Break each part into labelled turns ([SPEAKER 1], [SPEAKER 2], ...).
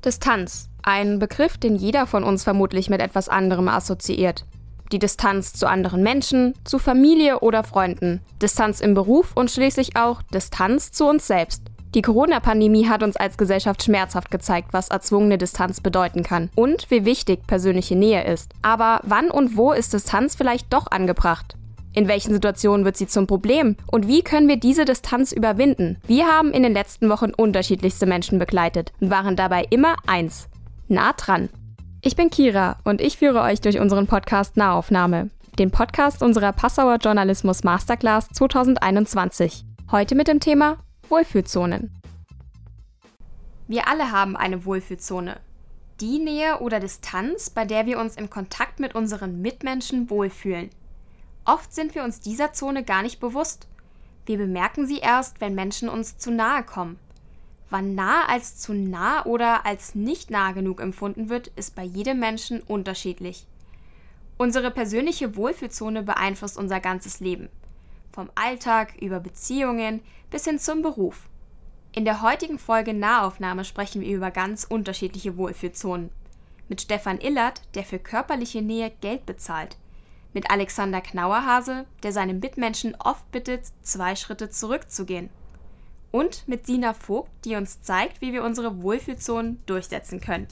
[SPEAKER 1] Distanz. Ein Begriff, den jeder von uns vermutlich mit etwas anderem assoziiert. Die Distanz zu anderen Menschen, zu Familie oder Freunden, Distanz im Beruf und schließlich auch Distanz zu uns selbst. Die Corona-Pandemie hat uns als Gesellschaft schmerzhaft gezeigt, was erzwungene Distanz bedeuten kann und wie wichtig persönliche Nähe ist. Aber wann und wo ist Distanz vielleicht doch angebracht? In welchen Situationen wird sie zum Problem? Und wie können wir diese Distanz überwinden? Wir haben in den letzten Wochen unterschiedlichste Menschen begleitet und waren dabei immer eins: nah dran. Ich bin Kira und ich führe euch durch unseren Podcast Nahaufnahme, den Podcast unserer Passauer Journalismus Masterclass 2021. Heute mit dem Thema Wohlfühlzonen. Wir alle haben eine Wohlfühlzone. Die Nähe oder Distanz, bei der wir uns im Kontakt mit unseren Mitmenschen wohlfühlen. Oft sind wir uns dieser Zone gar nicht bewusst. Wir bemerken sie erst, wenn Menschen uns zu nahe kommen. Wann nah als zu nah oder als nicht nah genug empfunden wird, ist bei jedem Menschen unterschiedlich. Unsere persönliche Wohlfühlzone beeinflusst unser ganzes Leben. Vom Alltag über Beziehungen bis hin zum Beruf. In der heutigen Folge Nahaufnahme sprechen wir über ganz unterschiedliche Wohlfühlzonen. Mit Stefan Illert, der für körperliche Nähe Geld bezahlt. Mit Alexander Knauerhase, der seinem Mitmenschen oft bittet, 2 Schritte zurückzugehen. Und mit Sina Vogt, die uns zeigt, wie wir unsere Wohlfühlzonen durchsetzen können.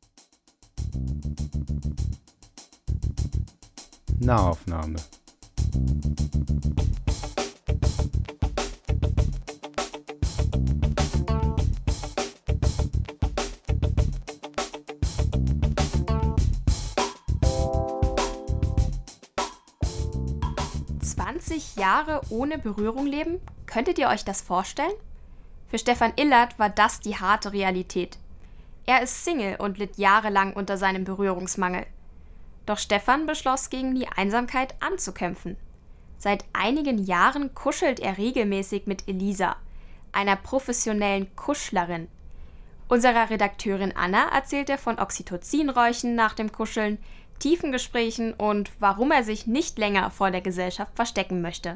[SPEAKER 2] Nahaufnahme.
[SPEAKER 1] Jahre ohne Berührung leben? Könntet ihr euch das vorstellen? Für Stefan Illert war das die harte Realität. Er ist Single und litt jahrelang unter seinem Berührungsmangel. Doch Stefan beschloss, gegen die Einsamkeit anzukämpfen. Seit einigen Jahren kuschelt er regelmäßig mit Elisa, einer professionellen Kuschlerin. Unserer Redakteurin Anna erzählt er von Oxytocinräuchen nach dem Kuscheln, tiefen Gesprächen und warum er sich nicht länger vor der Gesellschaft verstecken möchte.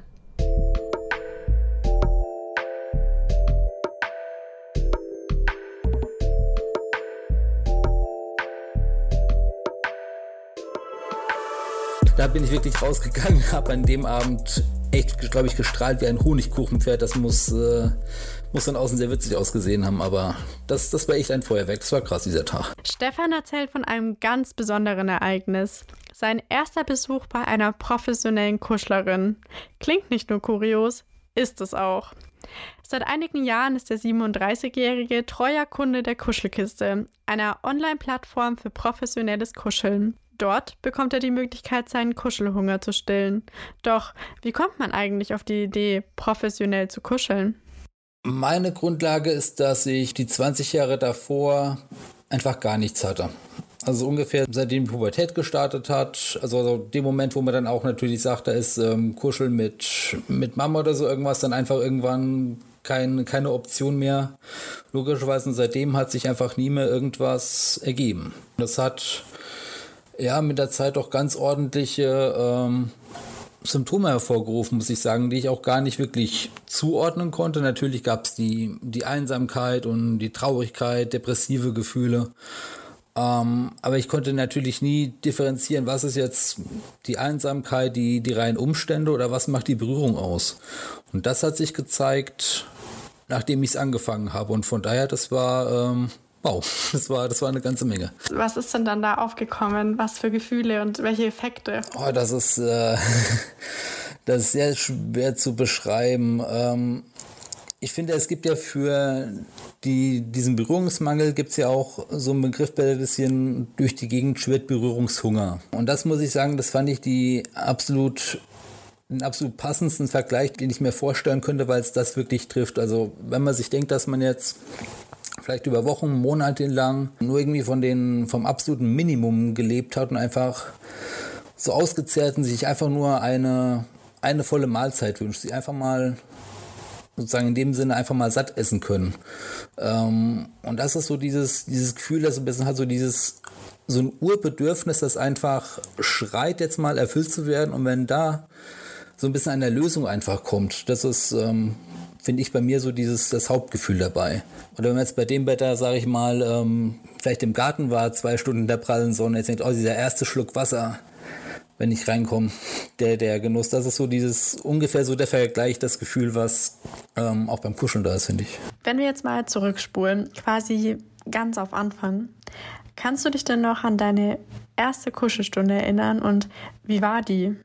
[SPEAKER 3] Da bin ich wirklich rausgegangen, habe an dem Abend echt, glaube ich, gestrahlt wie ein Honigkuchenpferd. Das muss von außen sehr witzig ausgesehen haben, aber das war echt ein Feuerwerk. Das war krass, dieser Tag.
[SPEAKER 4] Stefan erzählt von einem ganz besonderen Ereignis. Sein erster Besuch bei einer professionellen Kuschlerin. Klingt nicht nur kurios, ist es auch. Seit einigen Jahren ist der 37-Jährige treuer Kunde der Kuschelkiste, einer Online-Plattform für professionelles Kuscheln. Dort bekommt er die Möglichkeit, seinen Kuschelhunger zu stillen. Doch wie kommt man eigentlich auf die Idee, professionell zu kuscheln?
[SPEAKER 3] Meine Grundlage ist, dass ich die 20 Jahre davor einfach gar nichts hatte. Also ungefähr seitdem die Pubertät gestartet hat, also dem Moment, wo man dann auch natürlich sagt, da ist Kuscheln mit Mama oder so irgendwas, dann einfach irgendwann keine Option mehr. Logischerweise, und seitdem hat sich einfach nie mehr irgendwas ergeben. Das hat mit der Zeit auch ganz ordentliche Symptome hervorgerufen, muss ich sagen, die ich auch gar nicht wirklich zuordnen konnte. Natürlich gab es die Einsamkeit und die Traurigkeit, depressive Gefühle. Aber ich konnte natürlich nie differenzieren, was ist jetzt die Einsamkeit, die reinen Umstände oder was macht die Berührung aus. Und das hat sich gezeigt, nachdem ich es angefangen habe. Und von daher, das war das war eine ganze Menge.
[SPEAKER 4] Was ist denn dann da aufgekommen? Was für Gefühle und welche Effekte?
[SPEAKER 3] Das ist sehr schwer zu beschreiben. Ich finde, es gibt ja für diesen Berührungsmangel gibt es ja auch so einen Begriff, der ein bisschen durch die Gegend schwirrt, Berührungshunger. Und das muss ich sagen, das fand ich den absolut passendsten Vergleich, den ich mir vorstellen könnte, weil es das wirklich trifft. Also wenn man sich denkt, dass man jetzt vielleicht über Wochen, Monate lang nur irgendwie vom absoluten Minimum gelebt hat und einfach so ausgezehrt und sich einfach nur eine volle Mahlzeit wünscht. Sie einfach mal sozusagen in dem Sinne einfach mal satt essen können. Und das ist so dieses Gefühl, das ein bisschen hat so ein Urbedürfnis, das einfach schreit, jetzt mal erfüllt zu werden. Und wenn da so ein bisschen eine Lösung einfach kommt, das ist finde ich, bei mir so das Hauptgefühl dabei. Oder wenn man jetzt bei dem Wetter, sage ich mal, vielleicht im Garten war, 2 Stunden in der prallen Sonne, jetzt denkt, oh, dieser erste Schluck Wasser, wenn ich reinkomme, der Genuss, das ist so ungefähr so der Vergleich, das Gefühl, was auch beim Kuscheln da ist, finde ich.
[SPEAKER 4] Wenn wir jetzt mal zurückspulen, quasi ganz auf Anfang, kannst du dich denn noch an deine erste Kuschelstunde erinnern und wie war die?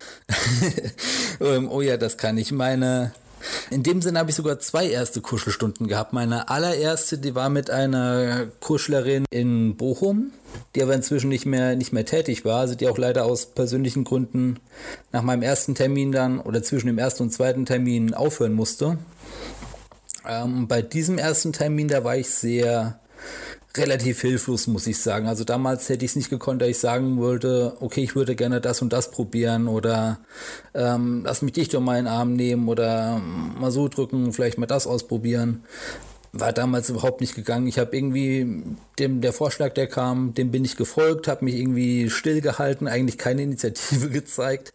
[SPEAKER 3] Oh ja, das kann ich. In dem Sinne habe ich sogar 2 erste Kuschelstunden gehabt. Meine allererste, die war mit einer Kuschlerin in Bochum, die aber inzwischen nicht mehr tätig war, also die auch leider aus persönlichen Gründen nach meinem ersten Termin dann oder zwischen dem ersten und zweiten Termin aufhören musste. Bei diesem ersten Termin, da war ich relativ hilflos, muss ich sagen. Also damals hätte ich es nicht gekonnt, da ich sagen wollte, okay, ich würde gerne das und das probieren oder lass mich dich doch mal in den Arm nehmen oder mal so drücken, vielleicht mal das ausprobieren. War damals überhaupt nicht gegangen. Ich habe irgendwie der Vorschlag, der kam, dem bin ich gefolgt, habe mich irgendwie stillgehalten, eigentlich keine Initiative gezeigt.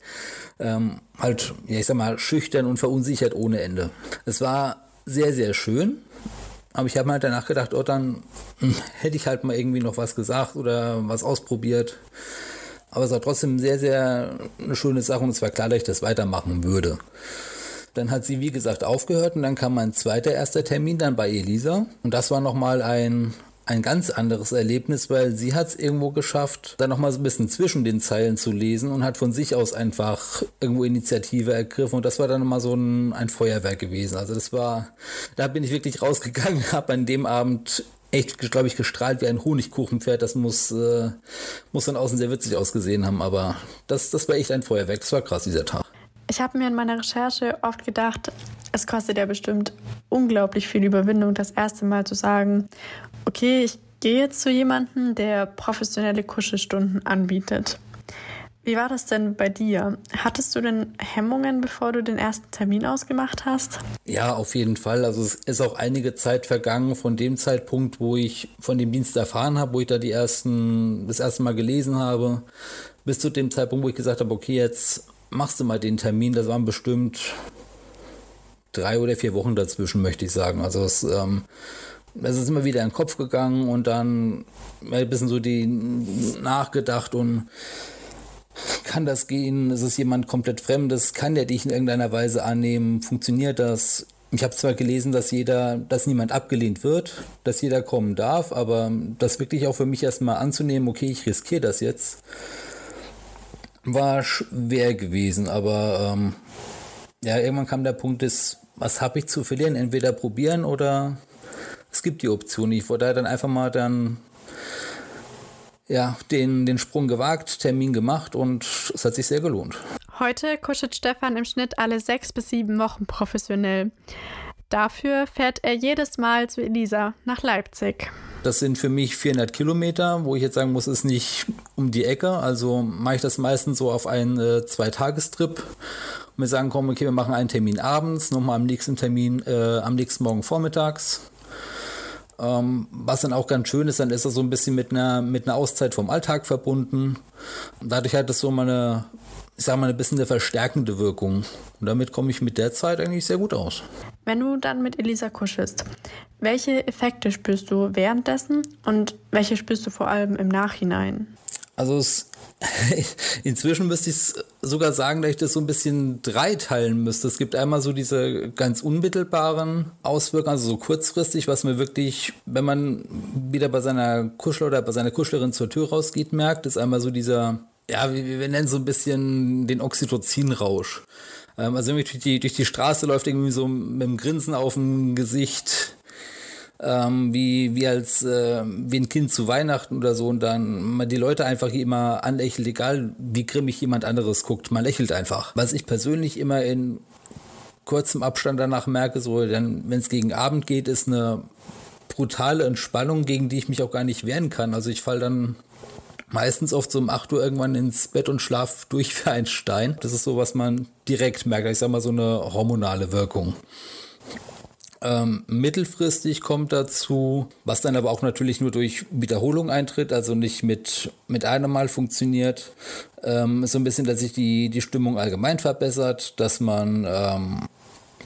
[SPEAKER 3] Ich sag mal, schüchtern und verunsichert ohne Ende. Es war sehr, sehr schön. Aber ich habe mir halt danach gedacht, dann hätte ich halt mal irgendwie noch was gesagt oder was ausprobiert. Aber es war trotzdem sehr, sehr eine schöne Sache und es war klar, dass ich das weitermachen würde. Dann hat sie, wie gesagt, aufgehört und dann kam mein erster Termin dann bei Elisa. Und das war nochmal ein ganz anderes Erlebnis, weil sie hat es irgendwo geschafft, dann nochmal so ein bisschen zwischen den Zeilen zu lesen und hat von sich aus einfach irgendwo Initiative ergriffen und das war dann nochmal so ein Feuerwerk gewesen. Also da bin ich wirklich rausgegangen, habe an dem Abend echt, glaube ich, gestrahlt wie ein Honigkuchenpferd. Das muss von außen sehr witzig ausgesehen haben, aber das war echt ein Feuerwerk. Das war krass, dieser Tag.
[SPEAKER 4] Ich habe mir in meiner Recherche oft gedacht, es kostet ja bestimmt unglaublich viel Überwindung, das erste Mal zu sagen, okay, ich gehe jetzt zu jemandem, der professionelle Kuschelstunden anbietet. Wie war das denn bei dir? Hattest du denn Hemmungen, bevor du den ersten Termin ausgemacht hast?
[SPEAKER 3] Ja, auf jeden Fall. Also es ist auch einige Zeit vergangen von dem Zeitpunkt, wo ich von dem Dienst erfahren habe, wo ich da das erste Mal gelesen habe, bis zu dem Zeitpunkt, wo ich gesagt habe, okay, jetzt machst du mal den Termin. Das waren bestimmt 3 oder 4 Wochen dazwischen, möchte ich sagen. Also es ist immer wieder in den Kopf gegangen und dann ein bisschen so nachgedacht und kann das gehen? Ist es jemand komplett Fremdes? Kann der dich in irgendeiner Weise annehmen? Funktioniert das? Ich habe zwar gelesen, dass niemand abgelehnt wird, dass jeder kommen darf, aber das wirklich auch für mich erstmal anzunehmen, okay, ich riskiere das jetzt, war schwer gewesen, aber irgendwann kam der Punkt, was habe ich zu verlieren? Entweder probieren oder es gibt die Option. Ich wurde dann einfach mal den Sprung gewagt, Termin gemacht und es hat sich sehr gelohnt.
[SPEAKER 4] Heute kuschelt Stefan im Schnitt alle 6 bis 7 Wochen professionell. Dafür fährt er jedes Mal zu Elisa nach Leipzig.
[SPEAKER 3] Das sind für mich 400 Kilometer, wo ich jetzt sagen muss, ist nicht um die Ecke. Also mache ich das meistens so auf einen 2-Tagestrip. Und wir sagen, komm, okay, wir machen einen Termin abends, nochmal am nächsten Termin am nächsten Morgen vormittags. Was dann auch ganz schön ist, dann ist das so ein bisschen mit einer Auszeit vom Alltag verbunden. Und dadurch hat das so mal ein bisschen eine verstärkende Wirkung. Und damit komme ich mit der Zeit eigentlich sehr gut aus.
[SPEAKER 4] Wenn du dann mit Elisa kuschelst, welche Effekte spürst du währenddessen und welche spürst du vor allem im Nachhinein?
[SPEAKER 3] Also inzwischen müsste ich es sogar sagen, dass ich das so ein bisschen dreiteilen müsste. Es gibt einmal so diese ganz unmittelbaren Auswirkungen, also so kurzfristig, was man wirklich, wenn man wieder bei seiner Kuschler oder bei seiner Kuschlerin zur Tür rausgeht, merkt, ist einmal so dieser, wir nennen so ein bisschen den Oxytocin-Rausch. Also wenn man durch die Straße läuft, irgendwie so mit einem Grinsen auf dem Gesicht, wie ein Kind zu Weihnachten oder so und dann man die Leute einfach immer anlächelt, egal wie grimmig jemand anderes guckt, man lächelt einfach. Was ich persönlich immer in kurzem Abstand danach merke, so dann, wenn es gegen Abend geht, ist eine brutale Entspannung, gegen die ich mich auch gar nicht wehren kann. Also ich falle dann meistens oft so um 8 Uhr irgendwann ins Bett und schlaf durch wie ein Stein. Das ist so, was man direkt merkt. Ich sag mal so eine hormonale Wirkung. Mittelfristig kommt dazu, was dann aber auch natürlich nur durch Wiederholung eintritt, also nicht mit einem Mal funktioniert, ist so ein bisschen, dass sich die Stimmung allgemein verbessert, dass man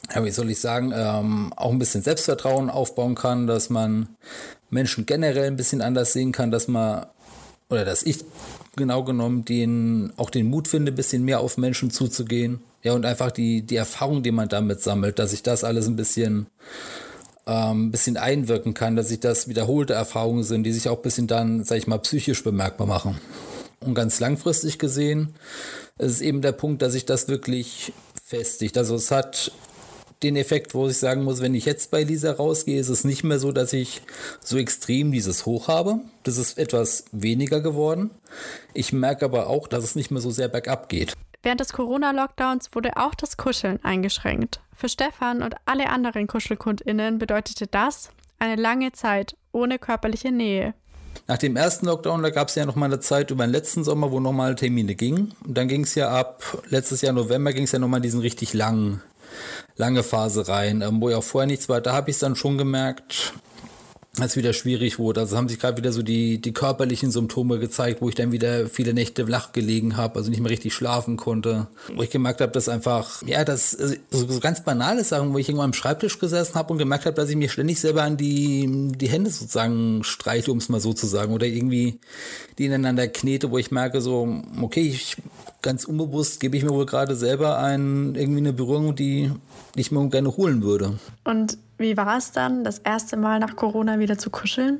[SPEAKER 3] ja, wie soll ich sagen, auch ein bisschen Selbstvertrauen aufbauen kann, dass man Menschen generell ein bisschen anders sehen kann, dass ich genau genommen auch den Mut finde, ein bisschen mehr auf Menschen zuzugehen. Ja, und einfach die Erfahrung, die man damit sammelt, dass sich das alles ein bisschen einwirken kann, dass sich das wiederholte Erfahrungen sind, die sich auch ein bisschen dann, sag ich mal, psychisch bemerkbar machen. Und ganz langfristig gesehen ist es eben der Punkt, dass sich das wirklich festigt. Also es hat den Effekt, wo ich sagen muss, wenn ich jetzt bei Lisa rausgehe, ist es nicht mehr so, dass ich so extrem dieses Hoch habe. Das ist etwas weniger geworden. Ich merke aber auch, dass es nicht mehr so sehr bergab geht.
[SPEAKER 4] Während des Corona-Lockdowns wurde auch das Kuscheln eingeschränkt. Für Stefan und alle anderen KuschelkundInnen bedeutete das eine lange Zeit ohne körperliche Nähe.
[SPEAKER 3] Nach dem ersten Lockdown, da gab es ja noch mal eine Zeit über den letzten Sommer, wo nochmal Termine gingen. Und dann ging es ja letztes Jahr November, ging es ja nochmal in diesen richtig lange Phase rein, wo ja auch vorher nichts war. Da habe ich es dann schon gemerkt, als es wieder schwierig wurde. Also haben sich gerade wieder so die körperlichen Symptome gezeigt, wo ich dann wieder viele Nächte flach gelegen habe, also nicht mehr richtig schlafen konnte. Wo ich gemerkt habe, dass einfach, ja, das so ganz banale Sachen, wo ich irgendwann am Schreibtisch gesessen habe und gemerkt habe, dass ich mir ständig selber an die Hände sozusagen streite, um es mal so zu sagen, oder irgendwie die ineinander knete, wo ich merke so, okay, ganz unbewusst gebe ich mir wohl gerade selber irgendwie eine Berührung, die ich mir gerne holen würde.
[SPEAKER 4] Und wie war es dann, das erste Mal nach Corona wieder zu kuscheln?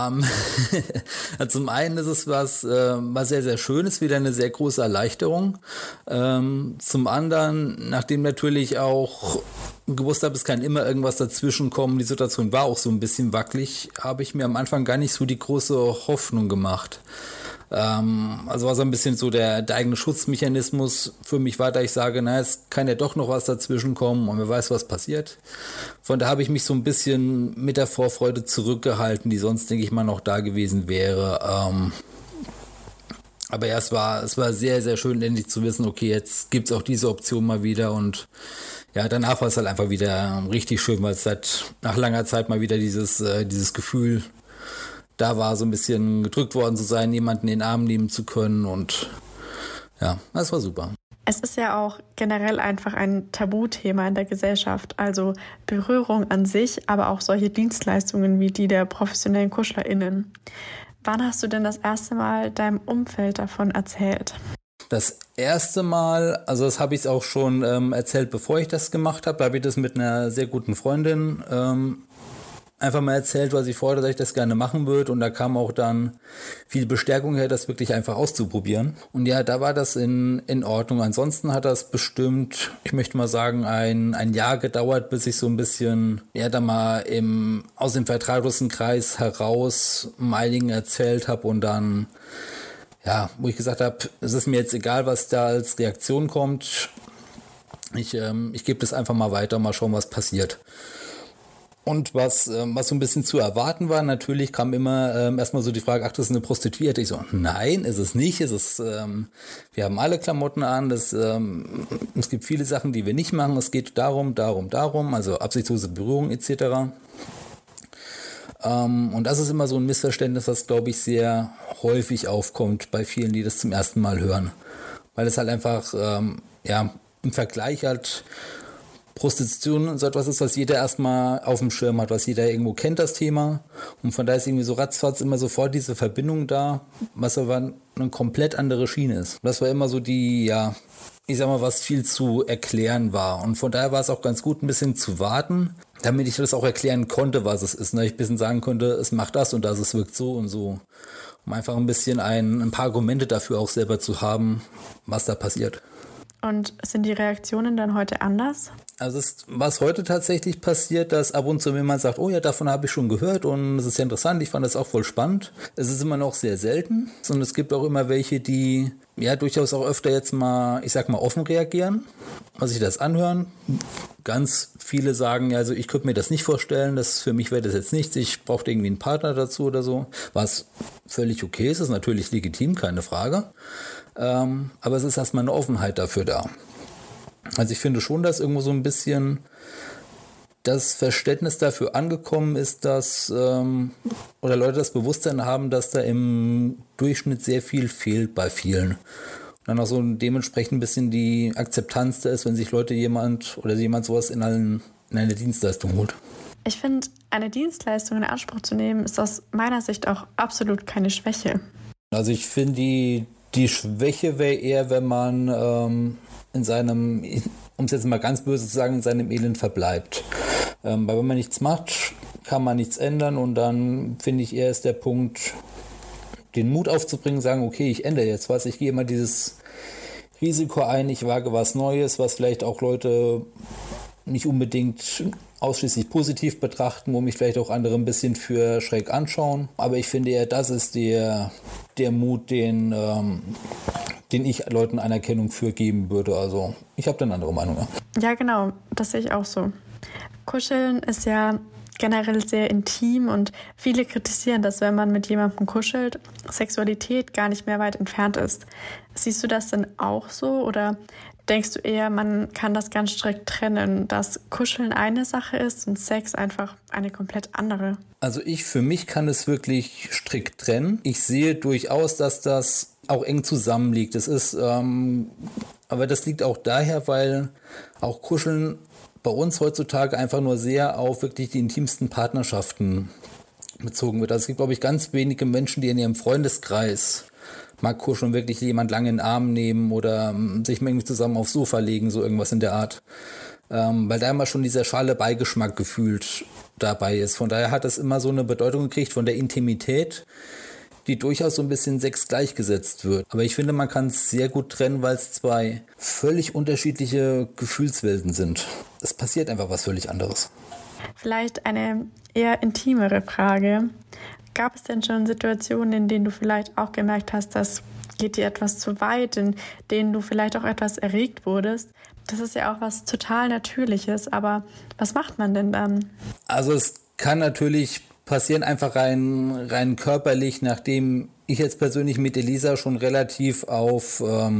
[SPEAKER 3] Zum einen ist es was sehr, sehr Schönes, wieder eine sehr große Erleichterung. Zum anderen, nachdem natürlich auch gewusst habe, es kann immer irgendwas dazwischen kommen, die Situation war auch so ein bisschen wackelig, habe ich mir am Anfang gar nicht so die große Hoffnung gemacht. Also war so ein bisschen so der eigene Schutzmechanismus für mich war, da ich sage, na, es kann ja doch noch was dazwischen kommen und wer weiß, was passiert. Von da habe ich mich so ein bisschen mit der Vorfreude zurückgehalten, die sonst, denke ich mal, noch da gewesen wäre. Aber ja, es war sehr, sehr schön, endlich zu wissen, okay, jetzt gibt's auch diese Option mal wieder und ja, danach war es halt einfach wieder richtig schön, weil es halt nach langer Zeit mal wieder dieses Gefühl da war, so ein bisschen gedrückt worden zu sein, jemanden in den Arm nehmen zu können und ja, das war super.
[SPEAKER 4] Es ist ja auch generell einfach ein Tabuthema in der Gesellschaft, also Berührung an sich, aber auch solche Dienstleistungen wie die der professionellen KuschlerInnen. Wann hast du denn das erste Mal deinem Umfeld davon erzählt?
[SPEAKER 3] Das erste Mal, also das habe ich auch schon erzählt, bevor ich das gemacht habe, da habe ich das mit einer sehr guten Freundin einfach mal erzählt, was ich vorhatte, dass ich das gerne machen würde und da kam auch dann viel Bestärkung her, das wirklich einfach auszuprobieren. Und ja, da war das in Ordnung. Ansonsten hat das bestimmt, ich möchte mal sagen, ein Jahr gedauert, bis ich so ein bisschen, ja, da mal aus dem vertrauten Kreis heraus einigen erzählt habe und dann, ja, wo ich gesagt habe, es ist mir jetzt egal, was da als Reaktion kommt. Ich gebe das einfach mal weiter, mal schauen, was passiert. Und was so ein bisschen zu erwarten war, natürlich kam immer erstmal so die Frage, ach, das ist eine Prostituierte. Ich so, nein, ist es nicht. Wir haben alle Klamotten an. Es gibt viele Sachen, die wir nicht machen. Es geht darum, also absichtslose Berührung etc. Und das ist immer so ein Missverständnis, das, glaube ich, sehr häufig aufkommt bei vielen, die das zum ersten Mal hören. Weil es halt einfach, im Vergleich halt Prostitution so etwas ist, was jeder erstmal auf dem Schirm hat, was jeder irgendwo kennt, das Thema. Und von daher ist irgendwie so ratzfatz immer sofort diese Verbindung da, was aber eine komplett andere Schiene ist. Das war immer so was viel zu erklären war. Und von daher war es auch ganz gut, ein bisschen zu warten, damit ich das auch erklären konnte, was es ist. Ich ein bisschen sagen konnte, es macht das und das, es wirkt so und so. Um einfach ein bisschen ein paar Argumente dafür auch selber zu haben, was da passiert.
[SPEAKER 4] Und sind die Reaktionen dann heute anders?
[SPEAKER 3] Also was heute tatsächlich passiert, dass ab und zu jemand sagt, oh ja, davon habe ich schon gehört und es ist ja interessant, ich fand das auch voll spannend. Es ist immer noch sehr selten und es gibt auch immer welche, die ja durchaus auch öfter jetzt mal, ich sag mal, offen reagieren, was sich das anhören. Ganz viele sagen, ja, also ich könnte mir das nicht vorstellen, für mich wäre das jetzt nichts, ich brauchte irgendwie einen Partner dazu oder so, was völlig okay ist natürlich legitim, keine Frage. Aber es ist erstmal eine Offenheit dafür da. Also ich finde schon, dass irgendwo so ein bisschen das Verständnis dafür angekommen ist, dass oder Leute das Bewusstsein haben, dass da im Durchschnitt sehr viel fehlt bei vielen. Dann auch so dementsprechend ein bisschen die Akzeptanz da ist, wenn sich jemand sowas in eine Dienstleistung holt.
[SPEAKER 4] Ich finde, eine Dienstleistung in Anspruch zu nehmen, ist aus meiner Sicht auch absolut keine Schwäche.
[SPEAKER 3] Also ich finde, die Schwäche wäre eher, wenn man in seinem, um es jetzt mal ganz böse zu sagen, in seinem Elend verbleibt. Weil wenn man nichts macht, kann man nichts ändern und dann finde ich eher ist der Punkt, den Mut aufzubringen, sagen, okay, ich ändere jetzt was, ich gehe mal dieses Risiko ein, ich wage was Neues, was vielleicht auch Leute nicht unbedingt ausschließlich positiv betrachten, wo mich vielleicht auch andere ein bisschen für schräg anschauen. Aber ich finde eher, das ist der Mut, den ich Leuten Anerkennung für geben würde. Also ich habe da eine andere Meinung.
[SPEAKER 4] Ja, genau, das sehe ich auch so. Kuscheln ist ja generell sehr intim und viele kritisieren, dass wenn man mit jemandem kuschelt, Sexualität gar nicht mehr weit entfernt ist. Siehst du das denn auch so oder denkst du eher, man kann das ganz strikt trennen, dass Kuscheln eine Sache ist und Sex einfach eine komplett andere?
[SPEAKER 3] Also ich für mich kann es wirklich strikt trennen. Ich sehe durchaus, dass das auch eng zusammenliegt. Das ist, aber das liegt auch daher, weil auch Kuscheln bei uns heutzutage einfach nur sehr auf wirklich die intimsten Partnerschaften bezogen wird. Also es gibt, glaube ich, ganz wenige Menschen, die in ihrem Freundeskreis mal kuscheln, wirklich jemand lange in den Arm nehmen oder sich mal irgendwie zusammen aufs Sofa legen, so irgendwas in der Art. Weil da immer schon dieser schale Beigeschmack gefühlt dabei ist. Von daher hat es immer so eine Bedeutung gekriegt von der Intimität, die durchaus so ein bisschen Sex gleichgesetzt wird. Aber ich finde, man kann es sehr gut trennen, weil es zwei völlig unterschiedliche Gefühlswelten sind. Es passiert einfach was völlig anderes.
[SPEAKER 4] Vielleicht eine eher intimere Frage. Gab es denn schon Situationen, in denen du vielleicht auch gemerkt hast, das geht dir etwas zu weit, in denen du vielleicht auch etwas erregt wurdest? Das ist ja auch was total Natürliches, aber was macht man denn dann?
[SPEAKER 3] Also es kann natürlich passieren, einfach rein körperlich, nachdem ich jetzt persönlich mit Elisa schon relativ auf,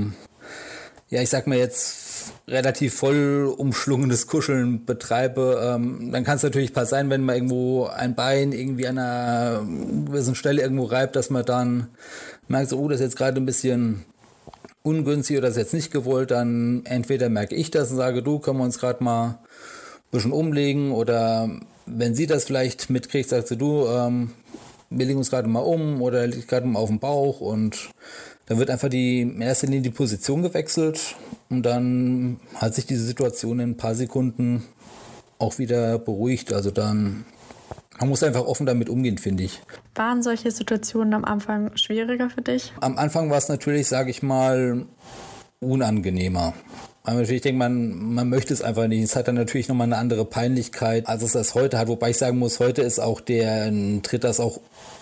[SPEAKER 3] ich sag mal jetzt, relativ voll umschlungenes Kuscheln betreibe, dann kann es natürlich sein, wenn man irgendwo ein Bein irgendwie an einer gewissen Stelle irgendwo reibt, dass man dann merkt, so, das ist jetzt gerade ein bisschen ungünstig oder ist jetzt nicht gewollt, dann entweder merke ich das und sage, können wir uns gerade mal ein bisschen umlegen, oder wenn sie das vielleicht mitkriegt, sagt sie, wir legen uns gerade mal um oder liegt gerade mal auf dem Bauch, und dann wird einfach in erster Linie die Position gewechselt und dann hat sich diese Situation in ein paar Sekunden auch wieder beruhigt. Also man muss einfach offen damit umgehen, finde ich.
[SPEAKER 4] Waren solche Situationen am Anfang schwieriger für dich?
[SPEAKER 3] Am Anfang war es natürlich, sage ich mal, unangenehmer. Aber natürlich denkt man möchte es einfach nicht. Es hat dann natürlich nochmal eine andere Peinlichkeit, als es das heute hat. Wobei ich sagen muss, heute ist auch tritt das auch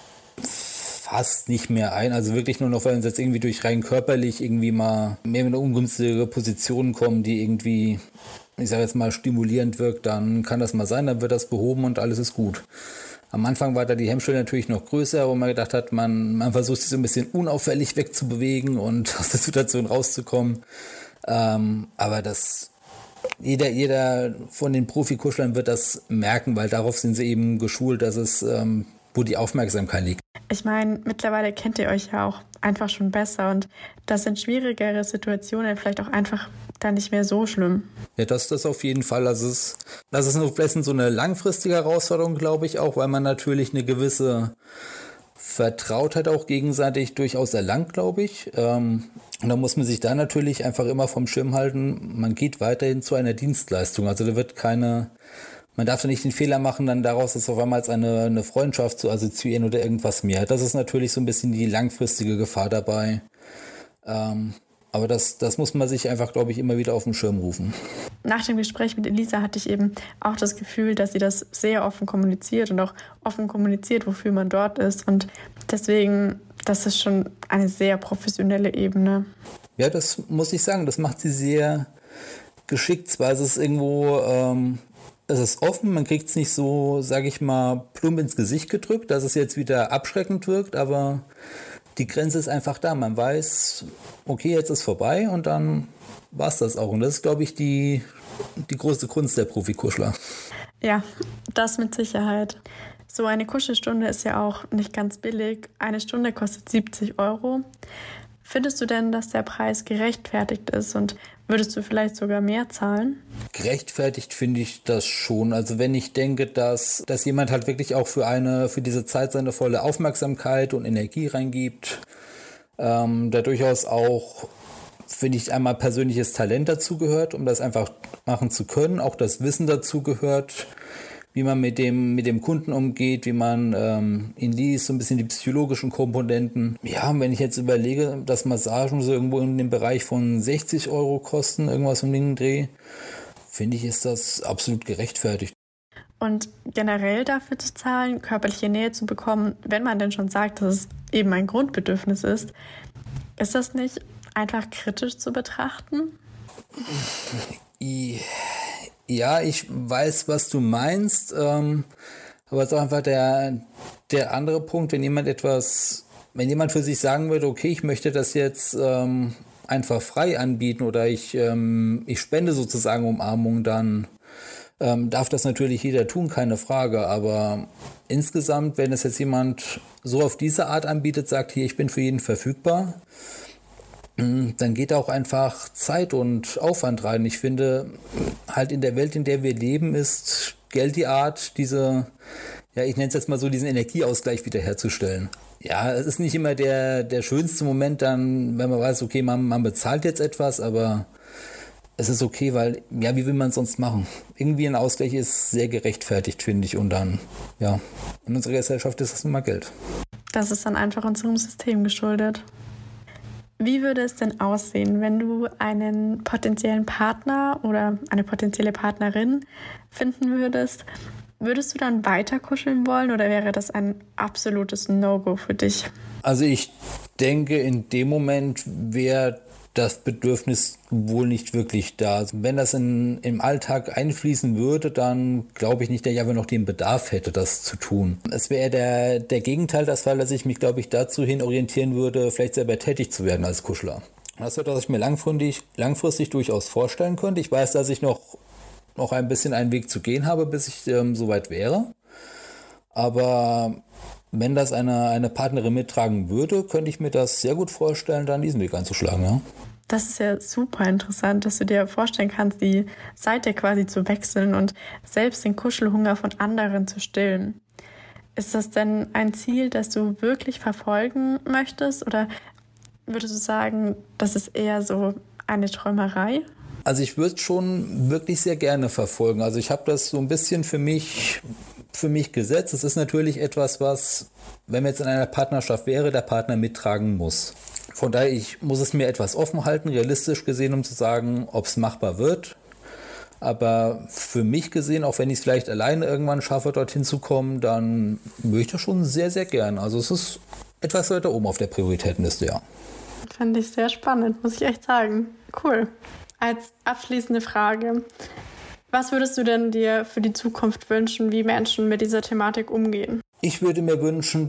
[SPEAKER 3] fast nicht mehr ein. Also wirklich nur noch, weil uns jetzt irgendwie durch rein körperlich irgendwie mal mehr in eine ungünstige Position kommen, die irgendwie, ich sage jetzt mal, stimulierend wirkt, dann kann das mal sein, dann wird das behoben und alles ist gut. Am Anfang war da die Hemmschwelle natürlich noch größer, wo man gedacht hat, man versucht sich so ein bisschen unauffällig wegzubewegen und aus der Situation rauszukommen. Aber jeder von den Profikuschlern wird das merken, weil darauf sind sie eben geschult, dass es, wo die Aufmerksamkeit liegt.
[SPEAKER 4] Ich meine, mittlerweile kennt ihr euch ja auch einfach schon besser und das sind schwierigere Situationen vielleicht auch einfach dann nicht mehr so schlimm.
[SPEAKER 3] Ja, das auf jeden Fall. Das ist vielleicht so eine langfristige Herausforderung, glaube ich auch, weil man natürlich eine gewisse Vertrautheit auch gegenseitig durchaus erlangt, glaube ich. Und da muss man sich da natürlich einfach immer vom Schirm halten, man geht weiterhin zu einer Dienstleistung. Also da wird man darf da nicht den Fehler machen, dann daraus ist auf einmal als eine Freundschaft zu assoziieren oder irgendwas mehr. Das ist natürlich so ein bisschen die langfristige Gefahr dabei. Aber das muss man sich einfach, glaube ich, immer wieder auf den Schirm rufen.
[SPEAKER 4] Nach dem Gespräch mit Elisa hatte ich eben auch das Gefühl, dass sie das sehr offen kommuniziert und auch offen kommuniziert, wofür man dort ist. Und deswegen, das ist schon eine sehr professionelle Ebene.
[SPEAKER 3] Ja, das muss ich sagen, das macht sie sehr geschickt. Zwar ist es irgendwo, es ist offen, man kriegt es nicht so, sage ich mal, plump ins Gesicht gedrückt, dass es jetzt wieder abschreckend wirkt, aber die Grenze ist einfach da. Man weiß, okay, jetzt ist vorbei und dann war es das auch. Und das ist, glaube ich, die große Kunst der Profikuschler.
[SPEAKER 4] Ja, das mit Sicherheit. So eine Kuschelstunde ist ja auch nicht ganz billig. Eine Stunde kostet 70 €. Findest du denn, dass der Preis gerechtfertigt ist und würdest du vielleicht sogar mehr zahlen?
[SPEAKER 3] Gerechtfertigt finde ich das schon. Also wenn ich denke, dass jemand halt wirklich auch für diese Zeit seine volle Aufmerksamkeit und Energie reingibt, da durchaus auch, finde ich, einmal persönliches Talent dazu gehört, um das einfach machen zu können, auch das Wissen dazu gehört, wie man mit dem Kunden umgeht, wie man ihn liest, so ein bisschen die psychologischen Komponenten. Ja, und wenn ich jetzt überlege, dass Massagen so irgendwo in dem Bereich von 60 € kosten, irgendwas um den Dreh, finde ich, ist das absolut gerechtfertigt.
[SPEAKER 4] Und generell dafür zu zahlen, körperliche Nähe zu bekommen, wenn man denn schon sagt, dass es eben ein Grundbedürfnis ist das nicht einfach kritisch zu betrachten?
[SPEAKER 3] Ja, ich weiß, was du meinst, aber es ist auch einfach der andere Punkt, wenn jemand für sich sagen würde, okay, ich möchte das jetzt einfach frei anbieten oder ich spende sozusagen Umarmung, dann darf das natürlich jeder tun, keine Frage, aber insgesamt, wenn es jetzt jemand so auf diese Art anbietet, sagt, hier, ich bin für jeden verfügbar, dann geht auch einfach Zeit und Aufwand rein. Ich finde, halt in der Welt, in der wir leben, ist Geld die Art, ich nenne es jetzt mal so, diesen Energieausgleich wiederherzustellen. Ja, es ist nicht immer der schönste Moment dann, wenn man weiß, okay, man bezahlt jetzt etwas, aber es ist okay, weil, ja, wie will man es sonst machen? Irgendwie ein Ausgleich ist sehr gerechtfertigt, finde ich. Und dann, ja, in unserer Gesellschaft ist das nun mal Geld.
[SPEAKER 4] Das ist dann einfach unserem System geschuldet. Wie würde es denn aussehen, wenn du einen potenziellen Partner oder eine potenzielle Partnerin finden würdest? Würdest du dann weiter kuscheln wollen oder wäre das ein absolutes No-Go für dich?
[SPEAKER 3] Also ich denke, in dem Moment wäre das Bedürfnis wohl nicht wirklich da. Also wenn das im Alltag einfließen würde, dann glaube ich nicht, dass ich aber noch den Bedarf hätte, das zu tun. Es wäre der Gegenteil das Fall, dass ich mich, glaube ich, dazu hin orientieren würde, vielleicht selber tätig zu werden als Kuschler. Das wäre, was ich mir langfristig durchaus vorstellen könnte. Ich weiß, dass ich noch ein bisschen einen Weg zu gehen habe, bis ich soweit wäre. Aber wenn das eine Partnerin mittragen würde, könnte ich mir das sehr gut vorstellen, dann diesen Weg einzuschlagen, ja.
[SPEAKER 4] Das ist ja super interessant, dass du dir vorstellen kannst, die Seite quasi zu wechseln und selbst den Kuschelhunger von anderen zu stillen. Ist das denn ein Ziel, das du wirklich verfolgen möchtest? Oder würdest du sagen, das ist eher so eine Träumerei?
[SPEAKER 3] Also ich würde es schon wirklich sehr gerne verfolgen. Also ich habe das so ein bisschen für mich gesetzt. Es ist natürlich etwas, was, wenn man jetzt in einer Partnerschaft wäre, der Partner mittragen muss. Von daher, ich muss es mir etwas offen halten, realistisch gesehen, um zu sagen, ob es machbar wird. Aber für mich gesehen, auch wenn ich es vielleicht alleine irgendwann schaffe, dorthin zu kommen, dann würde ich das schon sehr, sehr gern. Also es ist etwas weiter oben auf der Prioritätenliste, ja.
[SPEAKER 4] Fand ich sehr spannend, muss ich echt sagen. Cool. Als abschließende Frage, was würdest du denn dir für die Zukunft wünschen, wie Menschen mit dieser Thematik umgehen?
[SPEAKER 3] Ich würde mir wünschen,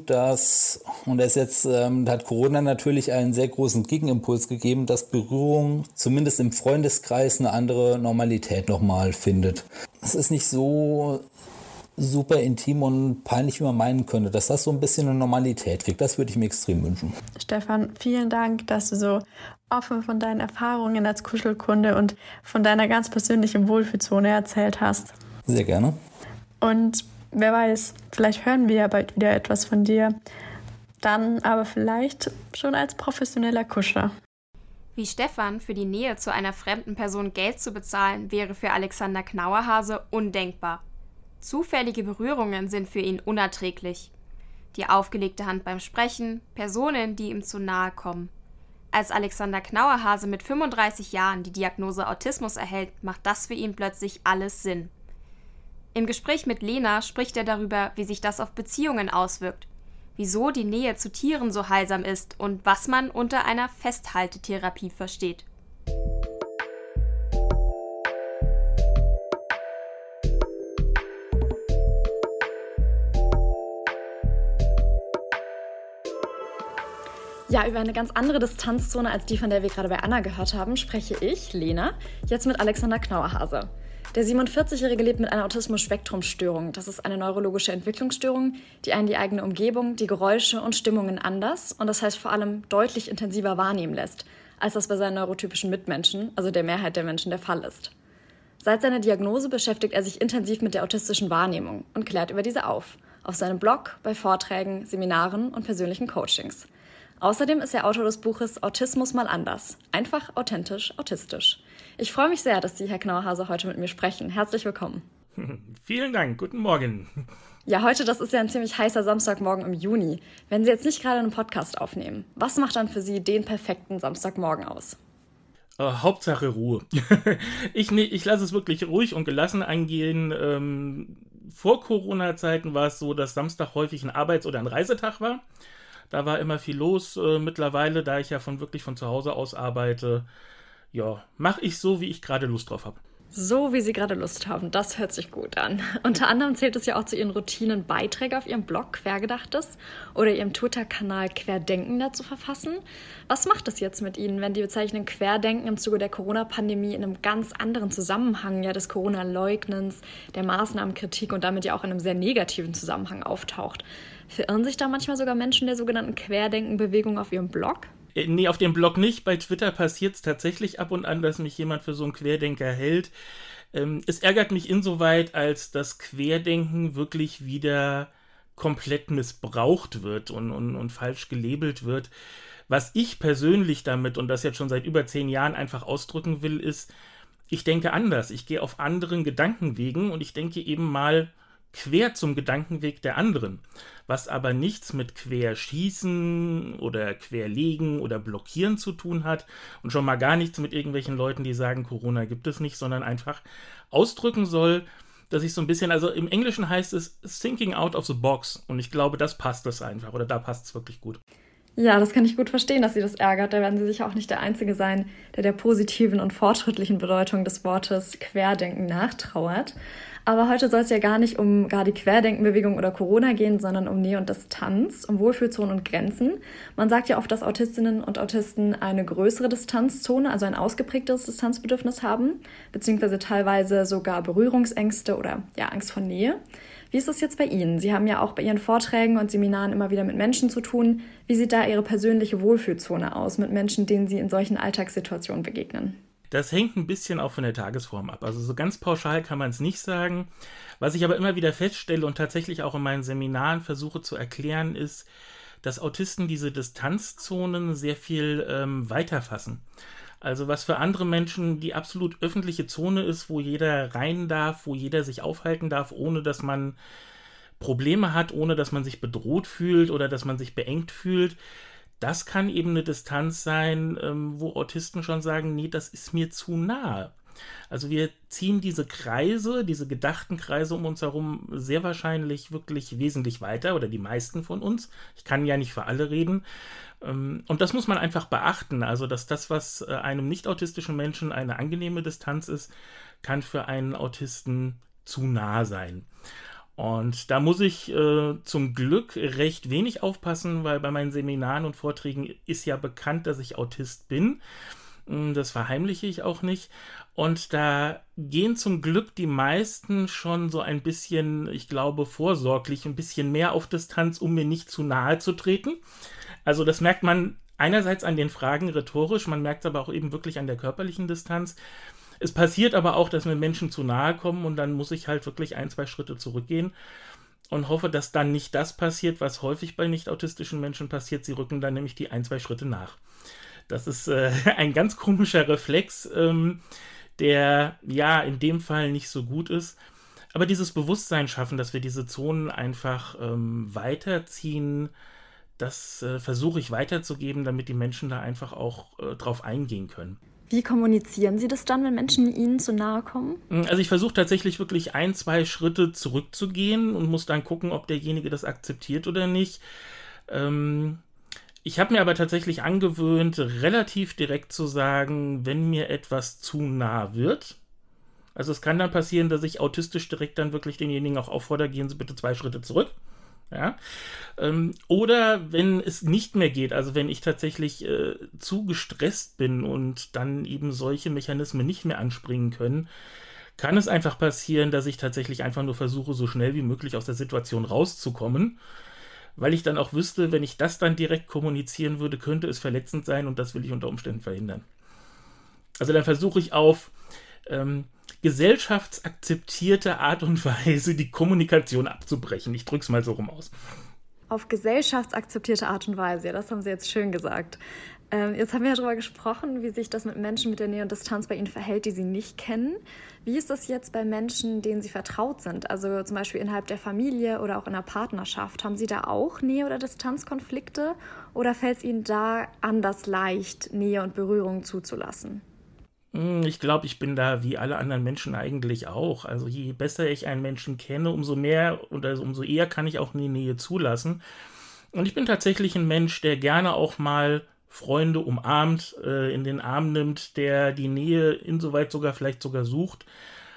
[SPEAKER 3] hat Corona natürlich einen sehr großen Gegenimpuls gegeben, dass Berührung zumindest im Freundeskreis eine andere Normalität nochmal findet. Es ist nicht so super intim und peinlich, wie man meinen könnte, dass das so ein bisschen eine Normalität kriegt. Das würde ich mir extrem wünschen.
[SPEAKER 4] Stefan, vielen Dank, dass du so offen von deinen Erfahrungen als Kuschelkunde und von deiner ganz persönlichen Wohlfühlzone erzählt hast.
[SPEAKER 3] Sehr gerne.
[SPEAKER 4] Und wer weiß, vielleicht hören wir ja bald wieder etwas von dir. Dann aber vielleicht schon als professioneller Kuschler.
[SPEAKER 1] Wie Stefan für die Nähe zu einer fremden Person Geld zu bezahlen, wäre für Alexander Knauerhase undenkbar. Zufällige Berührungen sind für ihn unerträglich. Die aufgelegte Hand beim Sprechen, Personen, die ihm zu nahe kommen. Als Alexander Knauerhase mit 35 Jahren die Diagnose Autismus erhält, macht das für ihn plötzlich alles Sinn. Im Gespräch mit Lena spricht er darüber, wie sich das auf Beziehungen auswirkt, wieso die Nähe zu Tieren so heilsam ist und was man unter einer Festhaltetherapie versteht.
[SPEAKER 2] Ja, über eine ganz andere Distanzzone als die, von der wir gerade bei Anna gehört haben, spreche ich, Lena, jetzt mit Alexander Knauerhase. Der 47-Jährige lebt mit einer Autismus-Spektrum-Störung. Das ist eine neurologische Entwicklungsstörung, die einen die eigene Umgebung, die Geräusche und Stimmungen anders und das heißt vor allem deutlich intensiver wahrnehmen lässt, als das bei seinen neurotypischen Mitmenschen, also der Mehrheit der Menschen, der Fall ist. Seit seiner Diagnose beschäftigt er sich intensiv mit der autistischen Wahrnehmung und klärt über diese auf seinem Blog, bei Vorträgen, Seminaren und persönlichen Coachings. Außerdem ist er Autor des Buches Autismus mal anders. Einfach, authentisch, autistisch. Ich freue mich sehr, dass Sie, Herr Knauerhase, heute mit mir sprechen. Herzlich willkommen.
[SPEAKER 5] Vielen Dank. Guten Morgen.
[SPEAKER 2] Ja, heute, das ist ja ein ziemlich heißer Samstagmorgen im Juni. Wenn Sie jetzt nicht gerade einen Podcast aufnehmen, was macht dann für Sie den perfekten Samstagmorgen aus?
[SPEAKER 5] Hauptsache Ruhe. Ich lasse es wirklich ruhig und gelassen angehen. Vor Corona-Zeiten war es so, dass Samstag häufig ein Arbeits- oder ein Reisetag war. Da war immer viel los. Mittlerweile, da ich ja wirklich von zu Hause aus arbeite, ja, mache ich so, wie ich gerade Lust drauf habe.
[SPEAKER 2] So, wie Sie gerade Lust haben, das hört sich gut an. Unter anderem zählt es ja auch zu Ihren Routinen, Beiträge auf Ihrem Blog Quergedachtes oder Ihrem Twitter-Kanal Querdenken zu verfassen. Was macht es jetzt mit Ihnen, wenn die Bezeichnung Querdenken im Zuge der Corona-Pandemie in einem ganz anderen Zusammenhang des Corona-Leugnens, der Maßnahmenkritik und damit ja auch in einem sehr negativen Zusammenhang auftaucht? Verirren sich da manchmal sogar Menschen der sogenannten Querdenken-Bewegung auf Ihrem Blog?
[SPEAKER 5] Nee, auf dem Blog nicht. Bei Twitter passiert es tatsächlich ab und an, dass mich jemand für so einen Querdenker hält. Es ärgert mich insoweit, als das Querdenken wirklich wieder komplett missbraucht wird und falsch gelabelt wird. Was ich persönlich damit, und das jetzt schon seit über 10 Jahren, einfach ausdrücken will, ist, ich denke anders. Ich gehe auf anderen Gedankenwegen und ich denke eben mal quer zum Gedankenweg der anderen, was aber nichts mit Querschießen oder Querlegen oder Blockieren zu tun hat und schon mal gar nichts mit irgendwelchen Leuten, die sagen, Corona gibt es nicht, sondern einfach ausdrücken soll, dass ich so ein bisschen, also im Englischen heißt es thinking out of the box und ich glaube, das passt es einfach oder da passt es wirklich gut.
[SPEAKER 2] Ja, das kann ich gut verstehen, dass Sie das ärgert. Da werden Sie sicher auch nicht der Einzige sein, der positiven und fortschrittlichen Bedeutung des Wortes Querdenken nachtrauert. Aber heute soll es ja gar nicht um die Querdenkenbewegung oder Corona gehen, sondern um Nähe und Distanz, um Wohlfühlzonen und Grenzen. Man sagt ja oft, dass Autistinnen und Autisten eine größere Distanzzone, also ein ausgeprägteres Distanzbedürfnis haben, beziehungsweise teilweise sogar Berührungsängste oder Angst vor Nähe. Wie ist das jetzt bei Ihnen? Sie haben ja auch bei Ihren Vorträgen und Seminaren immer wieder mit Menschen zu tun. Wie sieht da Ihre persönliche Wohlfühlzone aus mit Menschen, denen Sie in solchen Alltagssituationen begegnen?
[SPEAKER 5] Das hängt ein bisschen auch von der Tagesform ab. Also so ganz pauschal kann man es nicht sagen. Was ich aber immer wieder feststelle und tatsächlich auch in meinen Seminaren versuche zu erklären, ist, dass Autisten diese Distanzzonen sehr viel weiter fassen. Also was für andere Menschen die absolut öffentliche Zone ist, wo jeder rein darf, wo jeder sich aufhalten darf, ohne dass man Probleme hat, ohne dass man sich bedroht fühlt oder dass man sich beengt fühlt. Das kann eben eine Distanz sein, wo Autisten schon sagen, nee, das ist mir zu nahe. Also wir ziehen diese Kreise, diese gedachten Kreise um uns herum sehr wahrscheinlich wirklich wesentlich weiter oder die meisten von uns. Ich kann ja nicht für alle reden. Und das muss man einfach beachten. Also dass das, was einem nicht-autistischen Menschen eine angenehme Distanz ist, kann für einen Autisten zu nah sein. Und da muss ich zum Glück recht wenig aufpassen, weil bei meinen Seminaren und Vorträgen ist ja bekannt, dass ich Autist bin. Das verheimliche ich auch nicht. Und da gehen zum Glück die meisten schon so ein bisschen, ich glaube, vorsorglich ein bisschen mehr auf Distanz, um mir nicht zu nahe zu treten. Also das merkt man einerseits an den Fragen rhetorisch, man merkt es aber auch eben wirklich an der körperlichen Distanz. Es passiert aber auch, dass mir Menschen zu nahe kommen und dann muss ich halt wirklich 1-2 Schritte zurückgehen und hoffe, dass dann nicht das passiert, was häufig bei nicht-autistischen Menschen passiert. Sie rücken dann nämlich die 1-2 Schritte nach. Das ist ein ganz komischer Reflex, der ja in dem Fall nicht so gut ist. Aber dieses Bewusstsein schaffen, dass wir diese Zonen einfach weiterziehen, das versuche ich weiterzugeben, damit die Menschen da einfach auch drauf eingehen können.
[SPEAKER 2] Wie kommunizieren Sie das dann, wenn Menschen Ihnen zu nahe kommen?
[SPEAKER 5] Also ich versuche tatsächlich wirklich 1-2 Schritte zurückzugehen und muss dann gucken, ob derjenige das akzeptiert oder nicht. Ich habe mir aber tatsächlich angewöhnt, relativ direkt zu sagen, wenn mir etwas zu nah wird. Also es kann dann passieren, dass ich autistisch direkt dann wirklich denjenigen auch auffordere, gehen Sie bitte 2 Schritte zurück. Ja? Oder wenn es nicht mehr geht, also wenn ich tatsächlich zu gestresst bin und dann eben solche Mechanismen nicht mehr anspringen können, kann es einfach passieren, dass ich tatsächlich einfach nur versuche, so schnell wie möglich aus der Situation rauszukommen, weil ich dann auch wüsste, wenn ich das dann direkt kommunizieren würde, könnte es verletzend sein und das will ich unter Umständen verhindern. Also dann versuche ich auf gesellschaftsakzeptierte Art und Weise die Kommunikation abzubrechen. Ich drücke es mal so rum aus.
[SPEAKER 2] Auf gesellschaftsakzeptierte Art und Weise, ja, das haben Sie jetzt schön gesagt. Jetzt haben wir ja darüber gesprochen, wie sich das mit Menschen mit der Nähe und Distanz bei Ihnen verhält, die Sie nicht kennen. Wie ist das jetzt bei Menschen, denen Sie vertraut sind? Also zum Beispiel innerhalb der Familie oder auch in der Partnerschaft. Haben Sie da auch Nähe- oder Distanzkonflikte? Oder fällt es Ihnen da anders leicht, Nähe und Berührung zuzulassen?
[SPEAKER 5] Ich glaube, ich bin da wie alle anderen Menschen eigentlich auch. Also je besser ich einen Menschen kenne, umso mehr oder umso eher kann ich auch eine Nähe zulassen. Und ich bin tatsächlich ein Mensch, der gerne auch mal Freunde umarmt, in den Arm nimmt, der die Nähe insoweit vielleicht sogar sucht.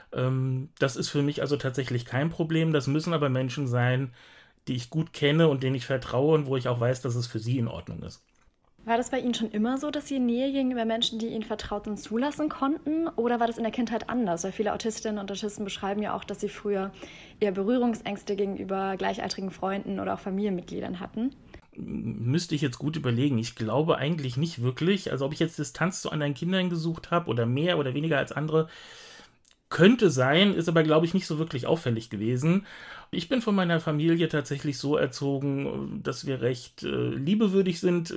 [SPEAKER 5] Das ist für mich also tatsächlich kein Problem. Das müssen aber Menschen sein, die ich gut kenne und denen ich vertraue und wo ich auch weiß, dass es für sie in Ordnung ist.
[SPEAKER 2] War das bei Ihnen schon immer so, dass Sie Nähe gegenüber Menschen, die Ihnen vertraut sind, zulassen konnten? Oder war das in der Kindheit anders? Weil viele Autistinnen und Autisten beschreiben ja auch, dass sie früher eher Berührungsängste gegenüber gleichaltrigen Freunden oder auch Familienmitgliedern hatten.
[SPEAKER 5] Müsste ich jetzt gut überlegen. Ich glaube eigentlich nicht wirklich. Also ob ich jetzt Distanz zu anderen Kindern gesucht habe oder mehr oder weniger als andere, könnte sein, ist aber, glaube ich, nicht so wirklich auffällig gewesen. Ich bin von meiner Familie tatsächlich so erzogen, dass wir recht liebenswürdig sind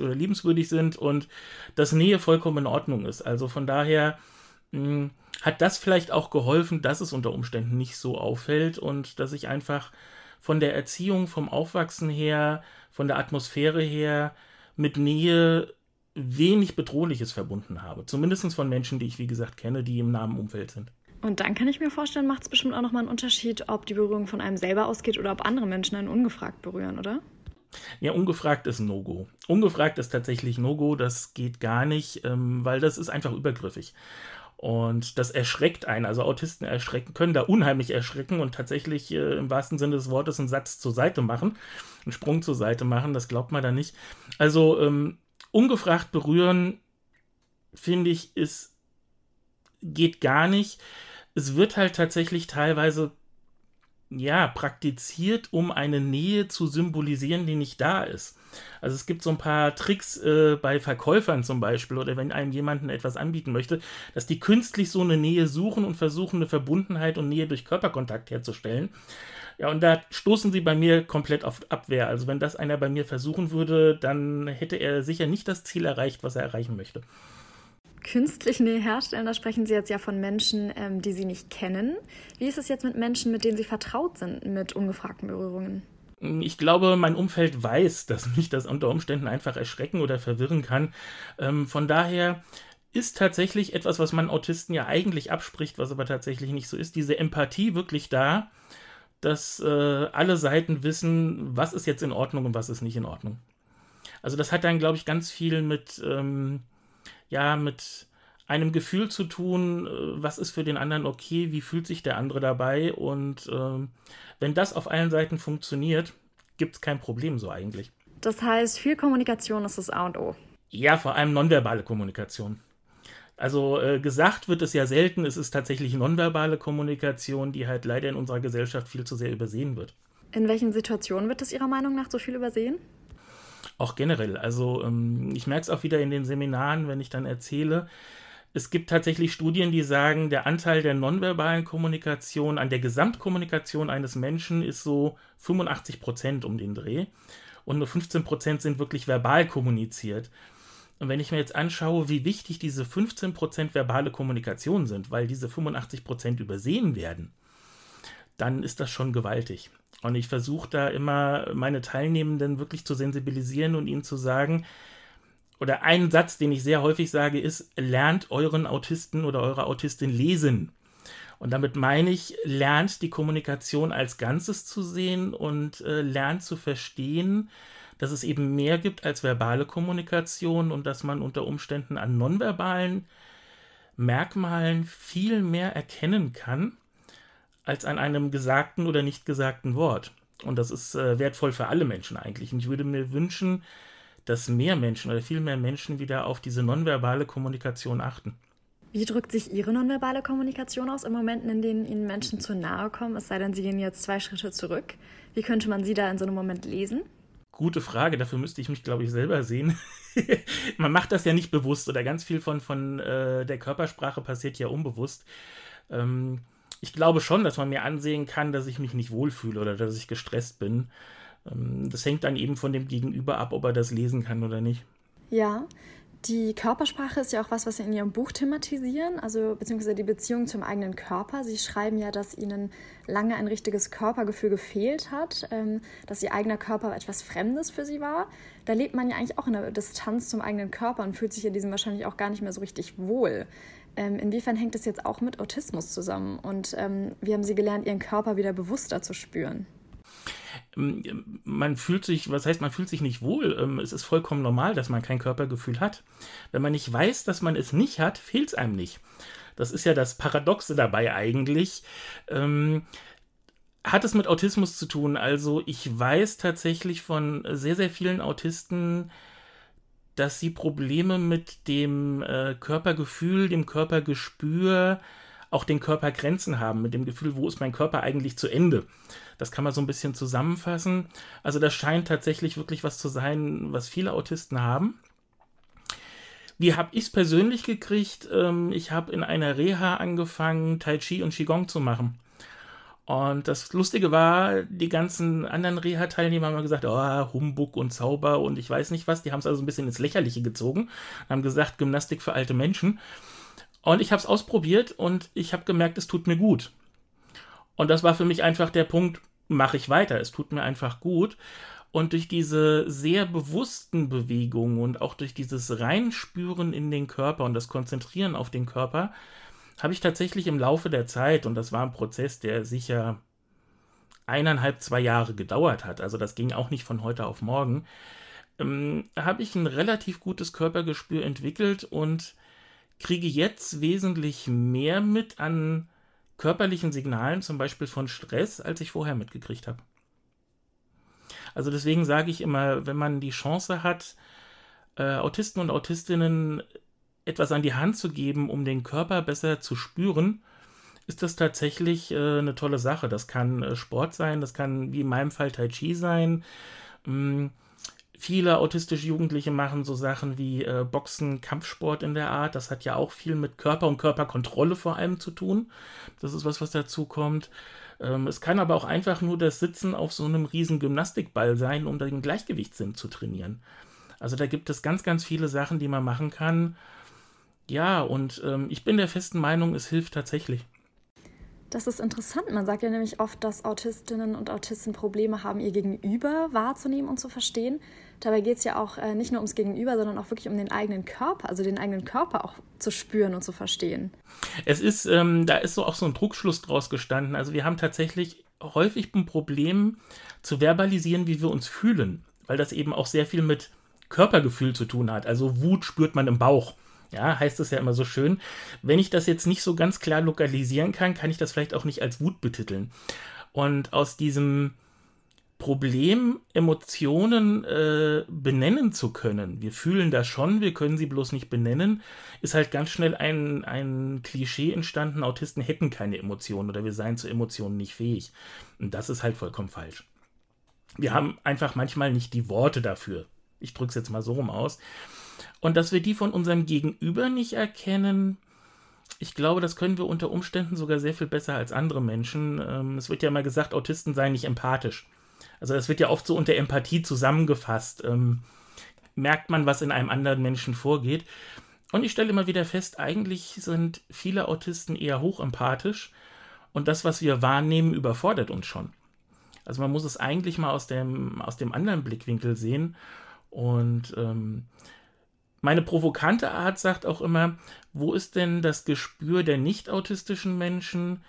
[SPEAKER 5] und dass Nähe vollkommen in Ordnung ist. Also von daher hat das vielleicht auch geholfen, dass es unter Umständen nicht so auffällt und dass ich einfach von der Erziehung, vom Aufwachsen her, von der Atmosphäre her mit Nähe wenig Bedrohliches verbunden habe. Zumindest von Menschen, die ich, wie gesagt, kenne, die im nahen Umfeld sind.
[SPEAKER 2] Und dann kann ich mir vorstellen, macht es bestimmt auch nochmal einen Unterschied, ob die Berührung von einem selber ausgeht oder ob andere Menschen einen ungefragt berühren, oder?
[SPEAKER 5] Ja, ungefragt ist No-Go. Ungefragt ist tatsächlich No-Go, das geht gar nicht, weil das ist einfach übergriffig. Und das erschreckt einen. Also Autisten können da unheimlich erschrecken und tatsächlich im wahrsten Sinne des Wortes einen Satz zur Seite machen, einen Sprung zur Seite machen, das glaubt man da nicht. Also ungefragt berühren, finde ich, geht gar nicht. Es wird halt tatsächlich teilweise praktiziert, um eine Nähe zu symbolisieren, die nicht da ist. Also es gibt so ein paar Tricks bei Verkäufern zum Beispiel oder wenn einem jemanden etwas anbieten möchte, dass die künstlich so eine Nähe suchen und versuchen, eine Verbundenheit und Nähe durch Körperkontakt herzustellen. Ja, und da stoßen sie bei mir komplett auf Abwehr. Also wenn das einer bei mir versuchen würde, dann hätte er sicher nicht das Ziel erreicht, was er erreichen möchte.
[SPEAKER 2] Künstlich Nähe herstellen, da sprechen Sie jetzt ja von Menschen, die Sie nicht kennen. Wie ist es jetzt mit Menschen, mit denen Sie vertraut sind, mit ungefragten Berührungen?
[SPEAKER 5] Ich glaube, mein Umfeld weiß, dass mich das unter Umständen einfach erschrecken oder verwirren kann. Von daher ist tatsächlich etwas, was man Autisten ja eigentlich abspricht, was aber tatsächlich nicht so ist, diese Empathie wirklich da, dass alle Seiten wissen, was ist jetzt in Ordnung und was ist nicht in Ordnung. Also das hat dann, glaube ich, ganz viel mit einem Gefühl zu tun, was ist für den anderen okay, wie fühlt sich der andere dabei und wenn das auf allen Seiten funktioniert, gibt es kein Problem so eigentlich.
[SPEAKER 2] Das heißt, viel Kommunikation ist das A und O.
[SPEAKER 5] Ja, vor allem nonverbale Kommunikation. Also gesagt wird es ja selten, es ist tatsächlich nonverbale Kommunikation, die halt leider in unserer Gesellschaft viel zu sehr übersehen wird.
[SPEAKER 2] In welchen Situationen wird es Ihrer Meinung nach so viel übersehen?
[SPEAKER 5] Auch generell. Also ich merke es auch wieder in den Seminaren, wenn ich dann erzähle. Es gibt tatsächlich Studien, die sagen, der Anteil der nonverbalen Kommunikation an der Gesamtkommunikation eines Menschen ist so 85% um den Dreh. Und nur 15% sind wirklich verbal kommuniziert. Und wenn ich mir jetzt anschaue, wie wichtig diese 15% verbale Kommunikation sind, weil diese 85% übersehen werden, dann ist das schon gewaltig. Und ich versuche da immer, meine Teilnehmenden wirklich zu sensibilisieren und ihnen zu sagen, oder ein Satz, den ich sehr häufig sage, ist, lernt euren Autisten oder eure Autistin lesen. Und damit meine ich, lernt die Kommunikation als Ganzes zu sehen und lernt zu verstehen, dass es eben mehr gibt als verbale Kommunikation und dass man unter Umständen an nonverbalen Merkmalen viel mehr erkennen kann, als an einem gesagten oder nicht gesagten Wort. Und das ist wertvoll für alle Menschen eigentlich. Und ich würde mir wünschen, dass mehr Menschen oder viel mehr Menschen wieder auf diese nonverbale Kommunikation achten.
[SPEAKER 2] Wie drückt sich Ihre nonverbale Kommunikation aus in Momenten, in denen Ihnen Menschen zu nahe kommen, es sei denn, Sie gehen jetzt 2 Schritte zurück? Wie könnte man Sie da in so einem Moment lesen?
[SPEAKER 5] Gute Frage, dafür müsste ich mich, glaube ich, selber sehen. Man macht das ja nicht bewusst oder ganz viel von der Körpersprache passiert ja unbewusst. Ich glaube schon, dass man mir ansehen kann, dass ich mich nicht wohlfühle oder dass ich gestresst bin. Das hängt dann eben von dem Gegenüber ab, ob er das lesen kann oder nicht.
[SPEAKER 2] Ja, die Körpersprache ist ja auch was Sie in Ihrem Buch thematisieren, also beziehungsweise die Beziehung zum eigenen Körper. Sie schreiben ja, dass Ihnen lange ein richtiges Körpergefühl gefehlt hat, dass Ihr eigener Körper etwas Fremdes für Sie war. Da lebt man ja eigentlich auch in der Distanz zum eigenen Körper und fühlt sich in diesem wahrscheinlich auch gar nicht mehr so richtig wohl. Inwiefern hängt das jetzt auch mit Autismus zusammen? Und wie haben Sie gelernt, Ihren Körper wieder bewusster zu spüren?
[SPEAKER 5] Man fühlt sich nicht wohl? Es ist vollkommen normal, dass man kein Körpergefühl hat. Wenn man nicht weiß, dass man es nicht hat, fehlt es einem nicht. Das ist ja das Paradoxe dabei eigentlich. Hat es mit Autismus zu tun? Also ich weiß tatsächlich von sehr, sehr vielen Autisten, dass sie Probleme mit dem Körpergefühl, dem Körpergespür, auch den Körpergrenzen haben, mit dem Gefühl, wo ist mein Körper eigentlich zu Ende. Das kann man so ein bisschen zusammenfassen. Also das scheint tatsächlich wirklich was zu sein, was viele Autisten haben. Wie habe ich es persönlich gekriegt? Ich habe in einer Reha angefangen, Tai Chi und Qigong zu machen. Und das Lustige war, die ganzen anderen Reha-Teilnehmer haben gesagt, oh, Humbug und Zauber und ich weiß nicht was. Die haben es also ein bisschen ins Lächerliche gezogen, haben gesagt, Gymnastik für alte Menschen. Und ich habe es ausprobiert und ich habe gemerkt, es tut mir gut. Und das war für mich einfach der Punkt, mache ich weiter, es tut mir einfach gut. Und durch diese sehr bewussten Bewegungen und auch durch dieses Reinspüren in den Körper und das Konzentrieren auf den Körper, habe ich tatsächlich im Laufe der Zeit, und das war ein Prozess, der sicher 1,5, 2 Jahre gedauert hat, also das ging auch nicht von heute auf morgen, habe ich ein relativ gutes Körpergespür entwickelt und kriege jetzt wesentlich mehr mit an körperlichen Signalen, zum Beispiel von Stress, als ich vorher mitgekriegt habe. Also deswegen sage ich immer, wenn man die Chance hat, Autisten und Autistinnen etwas an die Hand zu geben, um den Körper besser zu spüren, ist das tatsächlich eine tolle Sache. Das kann Sport sein, das kann wie in meinem Fall Tai Chi sein. Viele autistische Jugendliche machen so Sachen wie Boxen, Kampfsport in der Art. Das hat ja auch viel mit Körper und Körperkontrolle vor allem zu tun. Das ist was dazu kommt. Es kann aber auch einfach nur das Sitzen auf so einem riesen Gymnastikball sein, um den Gleichgewichtssinn zu trainieren. Also da gibt es ganz, ganz viele Sachen, die man machen kann. Ja, und ich bin der festen Meinung, es hilft tatsächlich.
[SPEAKER 2] Das ist interessant. Man sagt ja nämlich oft, dass Autistinnen und Autisten Probleme haben, ihr Gegenüber wahrzunehmen und zu verstehen. Dabei geht es ja auch nicht nur ums Gegenüber, sondern auch wirklich um den eigenen Körper, also den eigenen Körper auch zu spüren und zu verstehen.
[SPEAKER 5] Es ist, da ist so auch so ein Trugschluss draus gestanden. Also wir haben tatsächlich häufig ein Problem zu verbalisieren, wie wir uns fühlen, weil das eben auch sehr viel mit Körpergefühl zu tun hat. Also Wut spürt man im Bauch. Ja, heißt es ja immer so schön. Wenn ich das jetzt nicht so ganz klar lokalisieren kann, kann ich das vielleicht auch nicht als Wut betiteln. Und aus diesem Problem, Emotionen benennen zu können, wir fühlen das schon, wir können sie bloß nicht benennen, ist halt ganz schnell ein Klischee entstanden, Autisten hätten keine Emotionen oder wir seien zu Emotionen nicht fähig. Und das ist halt vollkommen falsch. Wir haben einfach manchmal nicht die Worte dafür. Ich drücke es jetzt mal so rum aus. Und dass wir die von unserem Gegenüber nicht erkennen, ich glaube, das können wir unter Umständen sogar sehr viel besser als andere Menschen. Es wird ja mal gesagt, Autisten seien nicht empathisch. Also das wird ja oft so unter Empathie zusammengefasst. Merkt man, was in einem anderen Menschen vorgeht. Und ich stelle immer wieder fest, eigentlich sind viele Autisten eher hochempathisch. Und das, was wir wahrnehmen, überfordert uns schon. Also man muss es eigentlich mal aus dem anderen Blickwinkel sehen. Und meine provokante Art sagt auch immer, wo ist denn das Gespür der nicht-autistischen Menschen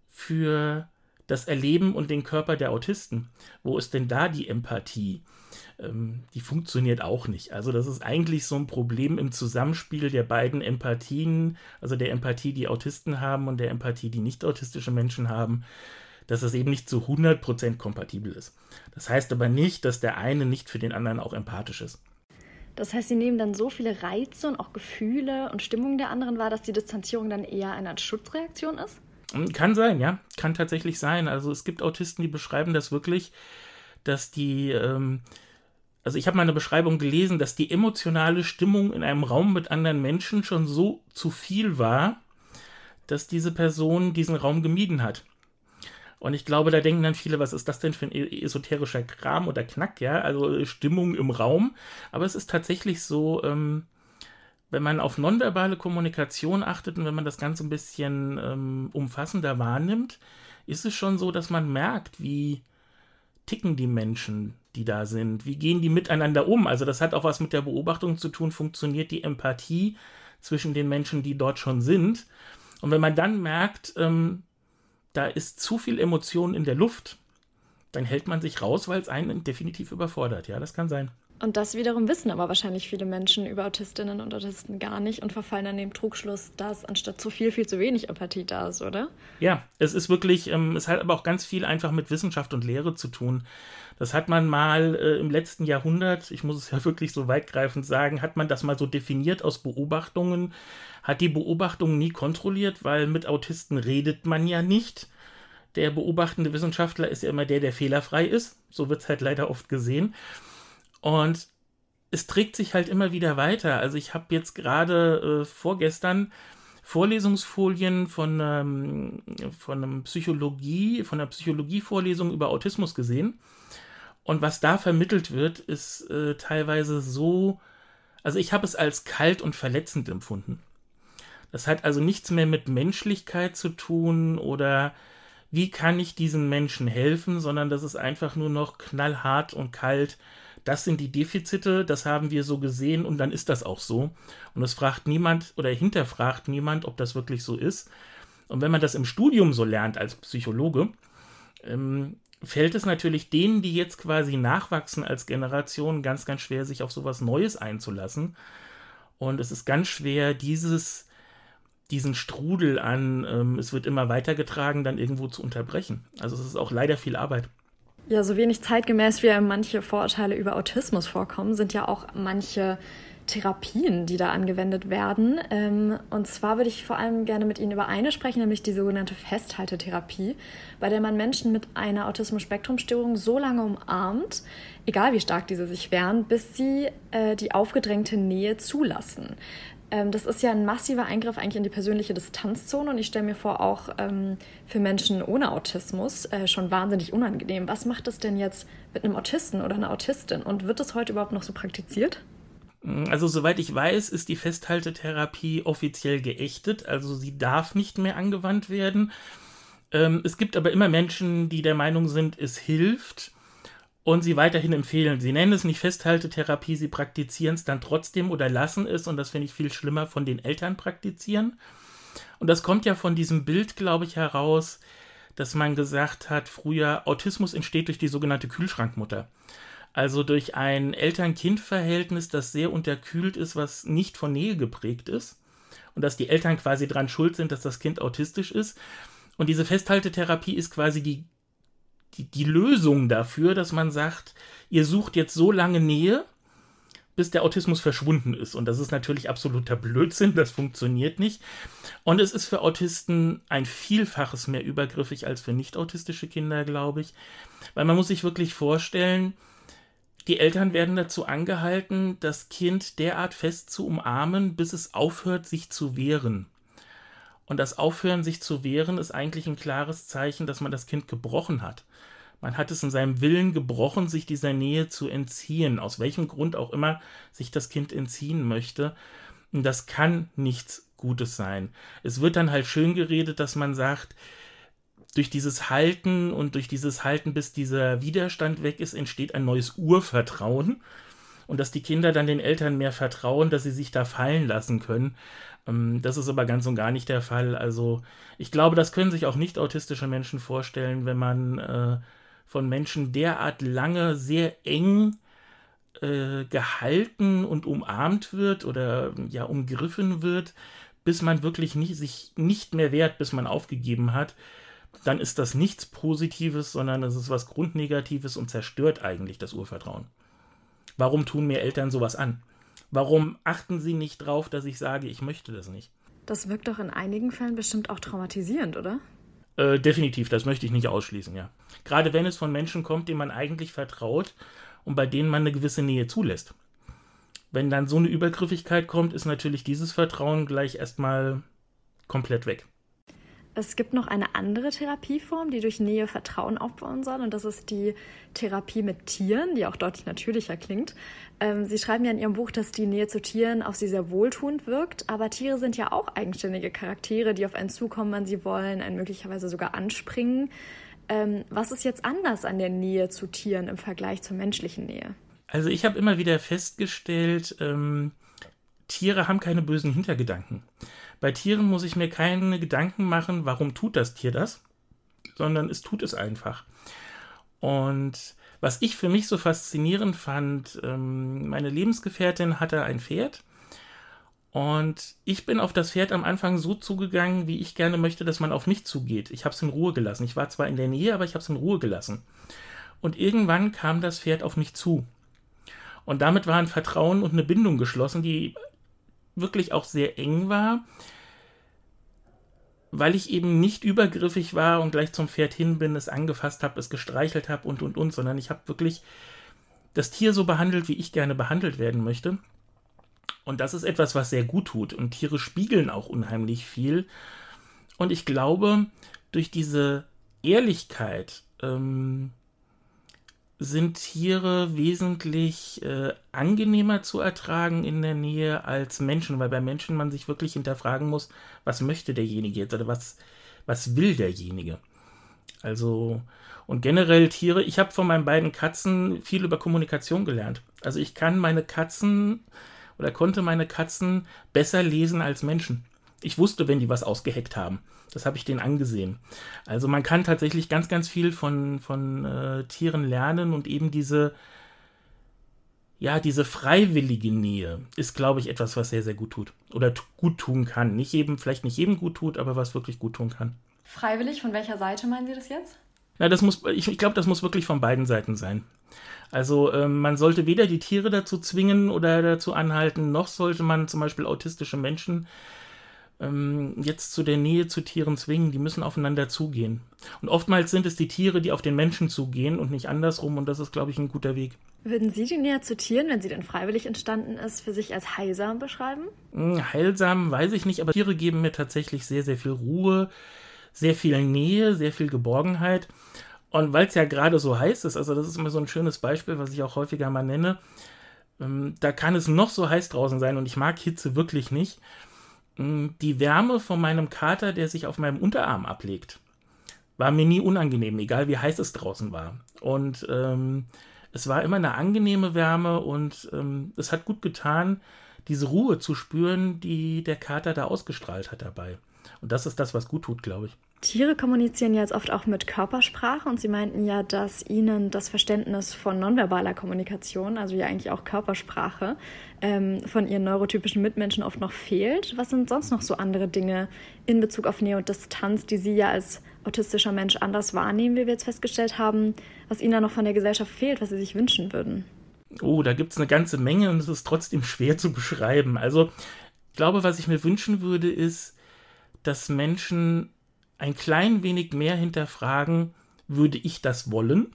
[SPEAKER 5] für das Erleben und den Körper der Autisten? Wo ist denn da die Empathie? Die funktioniert auch nicht. Also das ist eigentlich so ein Problem im Zusammenspiel der beiden Empathien, also der Empathie, die Autisten haben und der Empathie, die nicht-autistische Menschen haben, dass es eben nicht zu 100% kompatibel ist. Das heißt aber nicht, dass der eine nicht für den anderen auch empathisch ist.
[SPEAKER 2] Das heißt, sie nehmen dann so viele Reize und auch Gefühle und Stimmungen der anderen wahr, dass die Distanzierung dann eher eine Art Schutzreaktion ist?
[SPEAKER 5] Kann sein, ja. Kann tatsächlich sein. Also es gibt Autisten, die beschreiben das wirklich, dass die, also ich habe mal eine Beschreibung gelesen, dass die emotionale Stimmung in einem Raum mit anderen Menschen schon so zu viel war, dass diese Person diesen Raum gemieden hat. Und ich glaube, da denken dann viele, was ist das denn für ein esoterischer Kram oder Knack, ja? Also Stimmung im Raum. Aber es ist tatsächlich so, wenn man auf nonverbale Kommunikation achtet und wenn man das Ganze ein bisschen umfassender wahrnimmt, ist es schon so, dass man merkt, wie ticken die Menschen, die da sind, wie gehen die miteinander um. Also das hat auch was mit der Beobachtung zu tun, funktioniert die Empathie zwischen den Menschen, die dort schon sind. Und wenn man dann merkt, da ist zu viel Emotion in der Luft, dann hält man sich raus, weil es einen definitiv überfordert. Ja, das kann sein.
[SPEAKER 2] Und das wiederum wissen aber wahrscheinlich viele Menschen über Autistinnen und Autisten gar nicht und verfallen dann dem Trugschluss, dass anstatt zu viel zu wenig Empathie da ist, oder?
[SPEAKER 5] Ja, es ist wirklich, es hat aber auch ganz viel einfach mit Wissenschaft und Lehre zu tun. Das hat man mal im letzten Jahrhundert, ich muss es ja wirklich so weitgreifend sagen, hat man das mal so definiert aus Beobachtungen, hat die Beobachtungen nie kontrolliert, weil mit Autisten redet man ja nicht. Der beobachtende Wissenschaftler ist ja immer der fehlerfrei ist. So wird es halt leider oft gesehen. Und es trägt sich halt immer wieder weiter. Also ich habe jetzt gerade vorgestern Vorlesungsfolien von einer Psychologie-Vorlesung über Autismus gesehen. Und was da vermittelt wird, ist teilweise so, also ich habe es als kalt und verletzend empfunden. Das hat also nichts mehr mit Menschlichkeit zu tun oder wie kann ich diesen Menschen helfen, sondern das ist einfach nur noch knallhart und kalt. Das sind die Defizite, das haben wir so gesehen und dann ist das auch so. Und es fragt niemand oder hinterfragt niemand, ob das wirklich so ist. Und wenn man das im Studium so lernt als Psychologe, fällt es natürlich denen, die jetzt quasi nachwachsen als Generation, ganz, ganz schwer, sich auf sowas Neues einzulassen. Und es ist ganz schwer, diesen Strudel an, es wird immer weitergetragen, dann irgendwo zu unterbrechen. Also es ist auch leider viel Arbeit.
[SPEAKER 2] Ja, so wenig zeitgemäß wie manche Vorurteile über Autismus vorkommen, sind ja auch manche Therapien, die da angewendet werden. Und zwar würde ich vor allem gerne mit Ihnen über eine sprechen, nämlich die sogenannte Festhaltetherapie, bei der man Menschen mit einer Autismus-Spektrum-Störung so lange umarmt, egal wie stark diese sich wehren, bis sie die aufgedrängte Nähe zulassen. Das ist ja ein massiver Eingriff eigentlich in die persönliche Distanzzone und ich stelle mir vor, auch für Menschen ohne Autismus schon wahnsinnig unangenehm. Was macht es denn jetzt mit einem Autisten oder einer Autistin und wird das heute überhaupt noch so praktiziert?
[SPEAKER 5] Also soweit ich weiß, ist die Festhaltetherapie offiziell geächtet, also sie darf nicht mehr angewandt werden. Es gibt aber immer Menschen, die der Meinung sind, es hilft und sie weiterhin empfehlen. Sie nennen es nicht Festhaltetherapie, sie praktizieren es dann trotzdem oder lassen es, und das finde ich viel schlimmer, von den Eltern praktizieren. Und das kommt ja von diesem Bild, glaube ich, heraus, dass man gesagt hat, früher Autismus entsteht durch die sogenannte Kühlschrankmutter. Also durch ein Eltern-Kind-Verhältnis, das sehr unterkühlt ist, was nicht von Nähe geprägt ist. Und dass die Eltern quasi dran schuld sind, dass das Kind autistisch ist. Und diese Festhaltetherapie ist quasi die Lösung dafür, dass man sagt, ihr sucht jetzt so lange Nähe, bis der Autismus verschwunden ist. Und das ist natürlich absoluter Blödsinn, das funktioniert nicht. Und es ist für Autisten ein Vielfaches mehr übergriffig als für nicht-autistische Kinder, glaube ich. Weil man muss sich wirklich vorstellen, die Eltern werden dazu angehalten, das Kind derart fest zu umarmen, bis es aufhört, sich zu wehren. Und das Aufhören, sich zu wehren, ist eigentlich ein klares Zeichen, dass man das Kind gebrochen hat. Man hat es in seinem Willen gebrochen, sich dieser Nähe zu entziehen, aus welchem Grund auch immer sich das Kind entziehen möchte. Und das kann nichts Gutes sein. Es wird dann halt schön geredet, dass man sagt, durch dieses Halten und durch dieses Halten, bis dieser Widerstand weg ist, entsteht ein neues Urvertrauen. Und dass die Kinder dann den Eltern mehr vertrauen, dass sie sich da fallen lassen können. Das ist aber ganz und gar nicht der Fall. Also ich glaube, das können sich auch nicht autistische Menschen vorstellen, wenn man von Menschen derart lange sehr eng gehalten und umarmt wird oder ja umgriffen wird, bis man wirklich sich nicht mehr wehrt, bis man aufgegeben hat. Dann ist das nichts Positives, sondern es ist was Grundnegatives und zerstört eigentlich das Urvertrauen. Warum tun mir Eltern sowas an? Warum achten Sie nicht drauf, dass ich sage, ich möchte das nicht?
[SPEAKER 2] Das wirkt doch in einigen Fällen bestimmt auch traumatisierend, oder?
[SPEAKER 5] Definitiv, das möchte ich nicht ausschließen, ja. Gerade wenn es von Menschen kommt, denen man eigentlich vertraut und bei denen man eine gewisse Nähe zulässt. Wenn dann so eine Übergriffigkeit kommt, ist natürlich dieses Vertrauen gleich erstmal komplett weg.
[SPEAKER 2] Es gibt noch eine andere Therapieform, die durch Nähe Vertrauen aufbauen soll, und das ist die Therapie mit Tieren, die auch deutlich natürlicher klingt. Sie schreiben ja in Ihrem Buch, dass die Nähe zu Tieren auf Sie sehr wohltuend wirkt, aber Tiere sind ja auch eigenständige Charaktere, die auf einen zukommen, wann sie wollen, einen möglicherweise sogar anspringen. Was ist jetzt anders an der Nähe zu Tieren im Vergleich zur menschlichen Nähe?
[SPEAKER 5] Also ich habe immer wieder festgestellt, Tiere haben keine bösen Hintergedanken. Bei Tieren muss ich mir keine Gedanken machen, warum tut das Tier das, sondern es tut es einfach. Und was ich für mich so faszinierend fand, meine Lebensgefährtin hatte ein Pferd und ich bin auf das Pferd am Anfang so zugegangen, wie ich gerne möchte, dass man auf mich zugeht. Ich habe es in Ruhe gelassen. Ich war zwar in der Nähe, aber ich habe es in Ruhe gelassen. Und irgendwann kam das Pferd auf mich zu. Und damit war ein Vertrauen und eine Bindung geschlossen, die wirklich auch sehr eng war, weil ich eben nicht übergriffig war und gleich zum Pferd hin bin, es angefasst habe, es gestreichelt habe und, sondern ich habe wirklich das Tier so behandelt, wie ich gerne behandelt werden möchte. Und das ist etwas, was sehr gut tut. Und Tiere spiegeln auch unheimlich viel. Und ich glaube, durch diese Ehrlichkeit sind Tiere wesentlich angenehmer zu ertragen in der Nähe als Menschen, weil bei Menschen man sich wirklich hinterfragen muss, was möchte derjenige jetzt oder was will derjenige. Also, und generell Tiere, ich habe von meinen beiden Katzen viel über Kommunikation gelernt. Also ich kann meine Katzen oder konnte meine Katzen besser lesen als Menschen. Ich wusste, wenn die was ausgeheckt haben. Das habe ich denen angesehen. Also man kann tatsächlich ganz, ganz viel von Tieren lernen und eben diese freiwillige Nähe ist, glaube ich, etwas, was sehr, sehr gut tut. Oder gut tun kann. Vielleicht nicht jedem gut tut, aber was wirklich gut tun kann.
[SPEAKER 2] Freiwillig? Von welcher Seite meinen Sie das jetzt?
[SPEAKER 5] Na, ich glaube, das muss wirklich von beiden Seiten sein. Also man sollte weder die Tiere dazu zwingen oder dazu anhalten, noch sollte man zum Beispiel autistische Menschen jetzt zu der Nähe zu Tieren zwingen. Die müssen aufeinander zugehen. Und oftmals sind es die Tiere, die auf den Menschen zugehen und nicht andersrum. Und das ist, glaube ich, ein guter Weg.
[SPEAKER 2] Würden Sie die Nähe zu Tieren, wenn sie denn freiwillig entstanden ist, für sich als heilsam beschreiben?
[SPEAKER 5] Heilsam weiß ich nicht, aber Tiere geben mir tatsächlich sehr, sehr viel Ruhe, sehr viel Nähe, sehr viel Geborgenheit. Und weil es ja gerade so heiß ist, also das ist immer so ein schönes Beispiel, was ich auch häufiger mal nenne, da kann es noch so heiß draußen sein und ich mag Hitze wirklich nicht. Die Wärme von meinem Kater, der sich auf meinem Unterarm ablegt, war mir nie unangenehm, egal wie heiß es draußen war. Und es war immer eine angenehme Wärme und es hat gut getan, diese Ruhe zu spüren, die der Kater da ausgestrahlt hat dabei. Und das ist das, was gut tut, glaube ich.
[SPEAKER 2] Tiere kommunizieren jetzt oft auch mit Körpersprache und Sie meinten ja, dass Ihnen das Verständnis von nonverbaler Kommunikation, also ja eigentlich auch Körpersprache, von Ihren neurotypischen Mitmenschen oft noch fehlt. Was sind sonst noch so andere Dinge in Bezug auf Nähe und Distanz, die Sie ja als autistischer Mensch anders wahrnehmen, wie wir jetzt festgestellt haben, was Ihnen da noch von der Gesellschaft fehlt, was Sie sich wünschen würden?
[SPEAKER 5] Oh, da gibt es eine ganze Menge und es ist trotzdem schwer zu beschreiben. Also ich glaube, was ich mir wünschen würde, ist, dass Menschen ein klein wenig mehr hinterfragen, würde ich das wollen?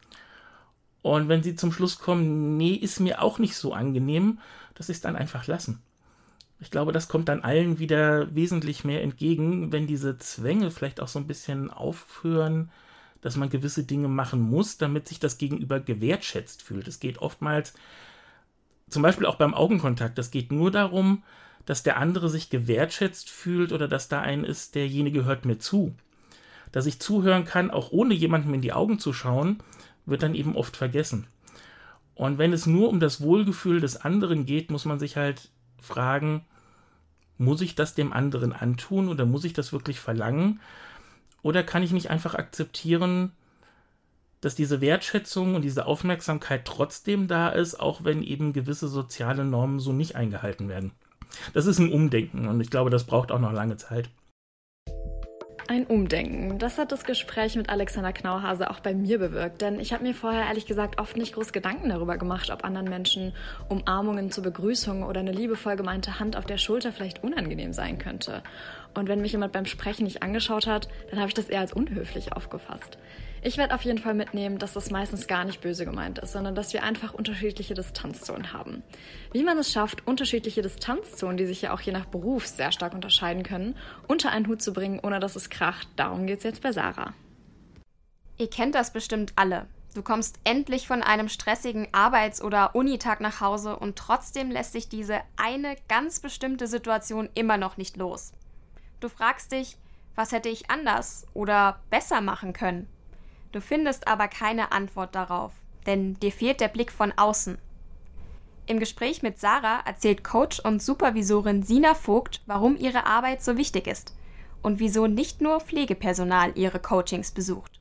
[SPEAKER 5] Und wenn sie zum Schluss kommen, nee, ist mir auch nicht so angenehm, dass sie es dann einfach lassen. Ich glaube, das kommt dann allen wieder wesentlich mehr entgegen, wenn diese Zwänge vielleicht auch so ein bisschen aufhören, dass man gewisse Dinge machen muss, damit sich das Gegenüber gewertschätzt fühlt. Es geht oftmals, zum Beispiel auch beim Augenkontakt, es geht nur darum, dass der andere sich gewertschätzt fühlt oder dass da ein ist, derjenige hört mir zu. Dass ich zuhören kann, auch ohne jemandem in die Augen zu schauen, wird dann eben oft vergessen. Und wenn es nur um das Wohlgefühl des anderen geht, muss man sich halt fragen, muss ich das dem anderen antun oder muss ich das wirklich verlangen? Oder kann ich nicht einfach akzeptieren, dass diese Wertschätzung und diese Aufmerksamkeit trotzdem da ist, auch wenn eben gewisse soziale Normen so nicht eingehalten werden? Das ist ein Umdenken und ich glaube, das braucht auch noch lange Zeit.
[SPEAKER 2] Ein Umdenken. Das hat das Gespräch mit Alexander Knauhase auch bei mir bewirkt, denn ich habe mir vorher ehrlich gesagt oft nicht groß Gedanken darüber gemacht, ob anderen Menschen Umarmungen zur Begrüßung oder eine liebevoll gemeinte Hand auf der Schulter vielleicht unangenehm sein könnte. Und wenn mich jemand beim Sprechen nicht angeschaut hat, dann habe ich das eher als unhöflich aufgefasst. Ich werde auf jeden Fall mitnehmen, dass das meistens gar nicht böse gemeint ist, sondern dass wir einfach unterschiedliche Distanzzonen haben. Wie man es schafft, unterschiedliche Distanzzonen, die sich ja auch je nach Beruf sehr stark unterscheiden können, unter einen Hut zu bringen, ohne dass es kracht, darum geht's jetzt bei Sarah.
[SPEAKER 1] Ihr kennt das bestimmt alle. Du kommst endlich von einem stressigen Arbeits- oder Unitag nach Hause und trotzdem lässt sich diese eine ganz bestimmte Situation immer noch nicht los. Du fragst dich, was hätte ich anders oder besser machen können? Du findest aber keine Antwort darauf, denn dir fehlt der Blick von außen. Im Gespräch mit Sarah erzählt Coach und Supervisorin Sina Vogt, warum ihre Arbeit so wichtig ist und wieso nicht nur Pflegepersonal ihre Coachings besucht.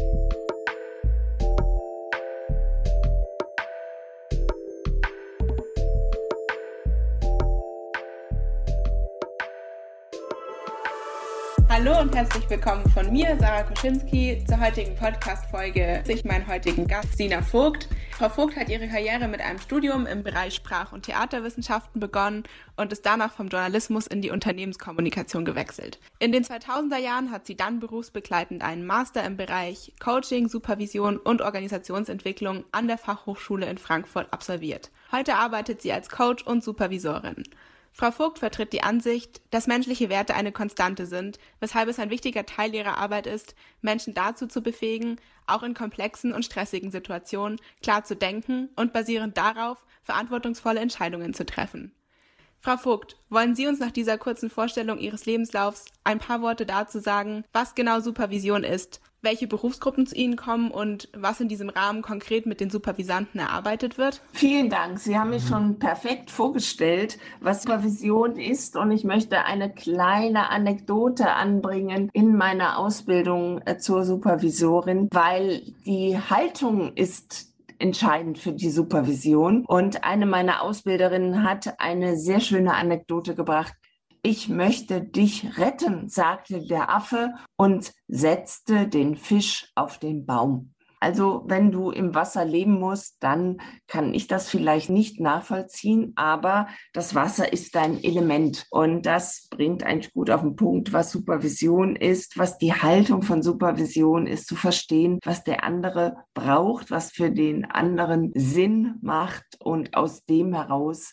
[SPEAKER 6] Hallo und herzlich willkommen von mir, Sarah Koschinski, zur heutigen Podcast-Folge. Ich meinen heutigen Gast, Sina Vogt. Frau Vogt hat ihre Karriere mit einem Studium im Bereich Sprach- und Theaterwissenschaften begonnen und ist danach vom Journalismus in die Unternehmenskommunikation gewechselt. In den 2000er Jahren hat sie dann berufsbegleitend einen Master im Bereich Coaching, Supervision und Organisationsentwicklung an der Fachhochschule in Frankfurt absolviert. Heute arbeitet sie als Coach und Supervisorin. Frau Vogt vertritt die Ansicht, dass menschliche Werte eine Konstante sind, weshalb es ein wichtiger Teil ihrer Arbeit ist, Menschen dazu zu befähigen, auch in komplexen und stressigen Situationen klar zu denken und basierend darauf verantwortungsvolle Entscheidungen zu treffen. Frau Vogt, wollen Sie uns nach dieser kurzen Vorstellung Ihres Lebenslaufs ein paar Worte dazu sagen, was genau Supervision ist, welche Berufsgruppen zu Ihnen kommen und was in diesem Rahmen konkret mit den Supervisanten erarbeitet wird?
[SPEAKER 7] Vielen Dank. Sie haben mich schon perfekt vorgestellt, was Supervision ist. Und ich möchte eine kleine Anekdote anbringen in meiner Ausbildung zur Supervisorin, weil die Haltung ist entscheidend für die Supervision. Und eine meiner Ausbilderinnen hat eine sehr schöne Anekdote gebracht. Ich möchte dich retten, sagte der Affe und setzte den Fisch auf den Baum. Also wenn du im Wasser leben musst, dann kann ich das vielleicht nicht nachvollziehen, aber das Wasser ist dein Element. Und das bringt eigentlich gut auf den Punkt, was Supervision ist, was die Haltung von Supervision ist, zu verstehen, was der andere braucht, was für den anderen Sinn macht und aus dem heraus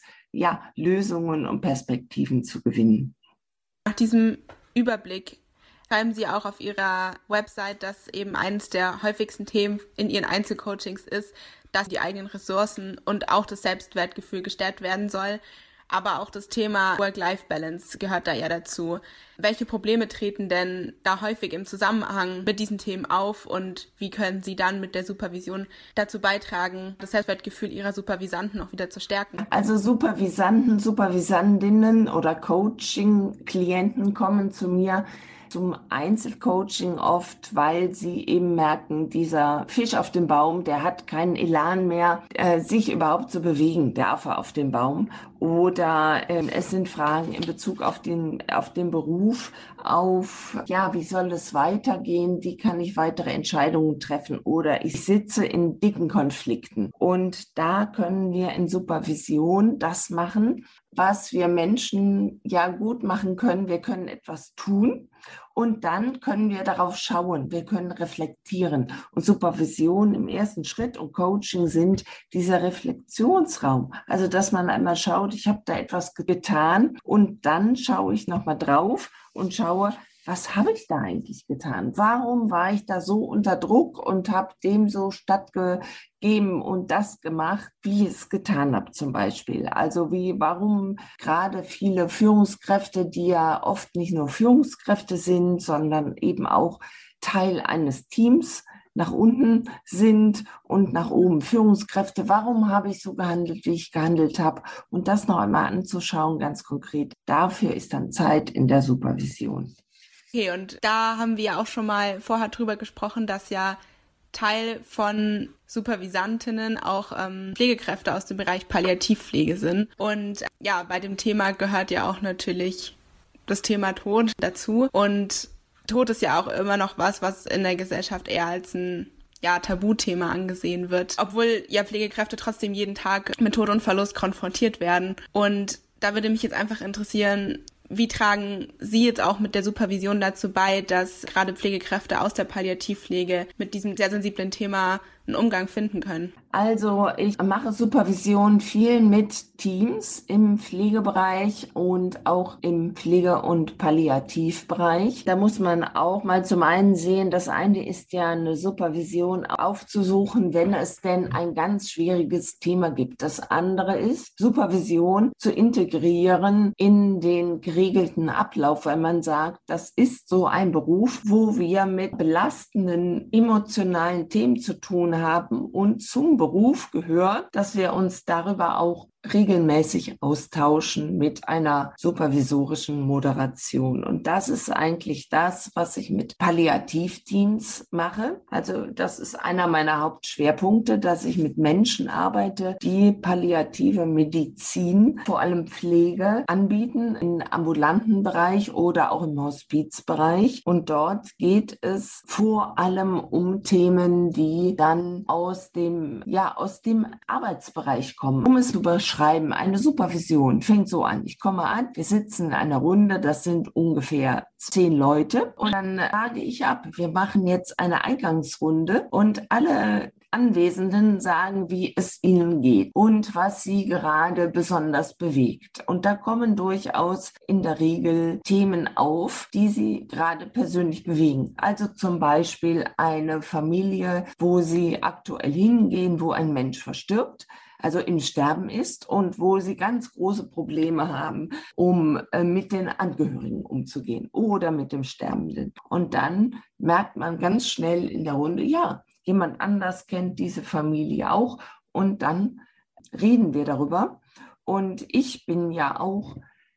[SPEAKER 7] Lösungen und Perspektiven zu gewinnen.
[SPEAKER 6] Nach diesem Überblick schreiben Sie auch auf Ihrer Website, dass eben eines der häufigsten Themen in Ihren Einzelcoachings ist, dass die eigenen Ressourcen und auch das Selbstwertgefühl gestärkt werden soll. Aber auch das Thema Work-Life-Balance gehört da ja dazu. Welche Probleme treten denn da häufig im Zusammenhang mit diesen Themen auf und wie können Sie dann mit der Supervision dazu beitragen, das Selbstwertgefühl Ihrer Supervisanten auch wieder zu stärken?
[SPEAKER 7] Also Supervisanten, Supervisandinnen oder Coaching-Klienten kommen zu mir zum Einzelcoaching oft, weil sie eben merken, dieser Fisch auf dem Baum, der hat keinen Elan mehr, sich überhaupt zu bewegen, der Affe auf dem Baum. Oder es sind Fragen in Bezug auf den Beruf, wie soll es weitergehen, wie kann ich weitere Entscheidungen treffen oder ich sitze in dicken Konflikten. Und da können wir in Supervision das machen, was wir Menschen ja gut machen können. Wir können etwas tun und dann können wir darauf schauen. Wir können reflektieren. Und Supervision im ersten Schritt und Coaching sind dieser Reflexionsraum. Also, dass man einmal schaut, ich habe da etwas getan und dann schaue ich nochmal drauf und schaue, was habe ich da eigentlich getan? Warum war ich da so unter Druck und habe dem so stattgegeben und das gemacht, wie ich es getan habe zum Beispiel? Also warum gerade viele Führungskräfte, die ja oft nicht nur Führungskräfte sind, sondern eben auch Teil eines Teams, nach unten sind und nach oben Führungskräfte. Warum habe ich so gehandelt, wie ich gehandelt habe? Und das noch einmal anzuschauen, ganz konkret. Dafür ist dann Zeit in der Supervision.
[SPEAKER 6] Okay, und da haben wir ja auch schon mal vorher drüber gesprochen, dass ja Teil von Supervisantinnen auch Pflegekräfte aus dem Bereich Palliativpflege sind. Und bei dem Thema gehört ja auch natürlich das Thema Tod dazu. Und Tod ist ja auch immer noch was in der Gesellschaft eher als ein Tabuthema angesehen wird, obwohl ja Pflegekräfte trotzdem jeden Tag mit Tod und Verlust konfrontiert werden. Und da würde mich jetzt einfach interessieren, wie tragen Sie jetzt auch mit der Supervision dazu bei, dass gerade Pflegekräfte aus der Palliativpflege mit diesem sehr sensiblen Thema einen Umgang finden können?
[SPEAKER 7] Also ich mache Supervision viel mit Teams im Pflegebereich und auch im Pflege- und Palliativbereich. Da muss man auch mal zum einen sehen, das eine ist ja eine Supervision aufzusuchen, wenn es denn ein ganz schwieriges Thema gibt. Das andere ist, Supervision zu integrieren in den geregelten Ablauf, weil man sagt, das ist so ein Beruf, wo wir mit belastenden emotionalen Themen zu tun haben und zum Beruf gehört, dass wir uns darüber auch regelmäßig austauschen mit einer supervisorischen Moderation. Und das ist eigentlich das, was ich mit Palliativteams mache. Also das ist einer meiner Hauptschwerpunkte, dass ich mit Menschen arbeite, die palliative Medizin, vor allem Pflege, anbieten im ambulanten Bereich oder auch im Hospizbereich. Und dort geht es vor allem um Themen, die dann aus dem Arbeitsbereich kommen. Um es zu beschreiben, eine Supervision fängt so an. Ich komme an, wir sitzen in einer Runde, das sind ungefähr 10 Leute und dann frage ich ab. Wir machen jetzt eine Eingangsrunde und alle Anwesenden sagen, wie es ihnen geht und was sie gerade besonders bewegt. Und da kommen durchaus in der Regel Themen auf, die sie gerade persönlich bewegen. Also zum Beispiel eine Familie, wo sie aktuell hingehen, wo ein Mensch verstirbt, also im Sterben ist und wo sie ganz große Probleme haben, um mit den Angehörigen umzugehen oder mit dem Sterbenden. Und dann merkt man ganz schnell in der Runde, ja, jemand anders kennt diese Familie auch und dann reden wir darüber. Und ich bin ja auch,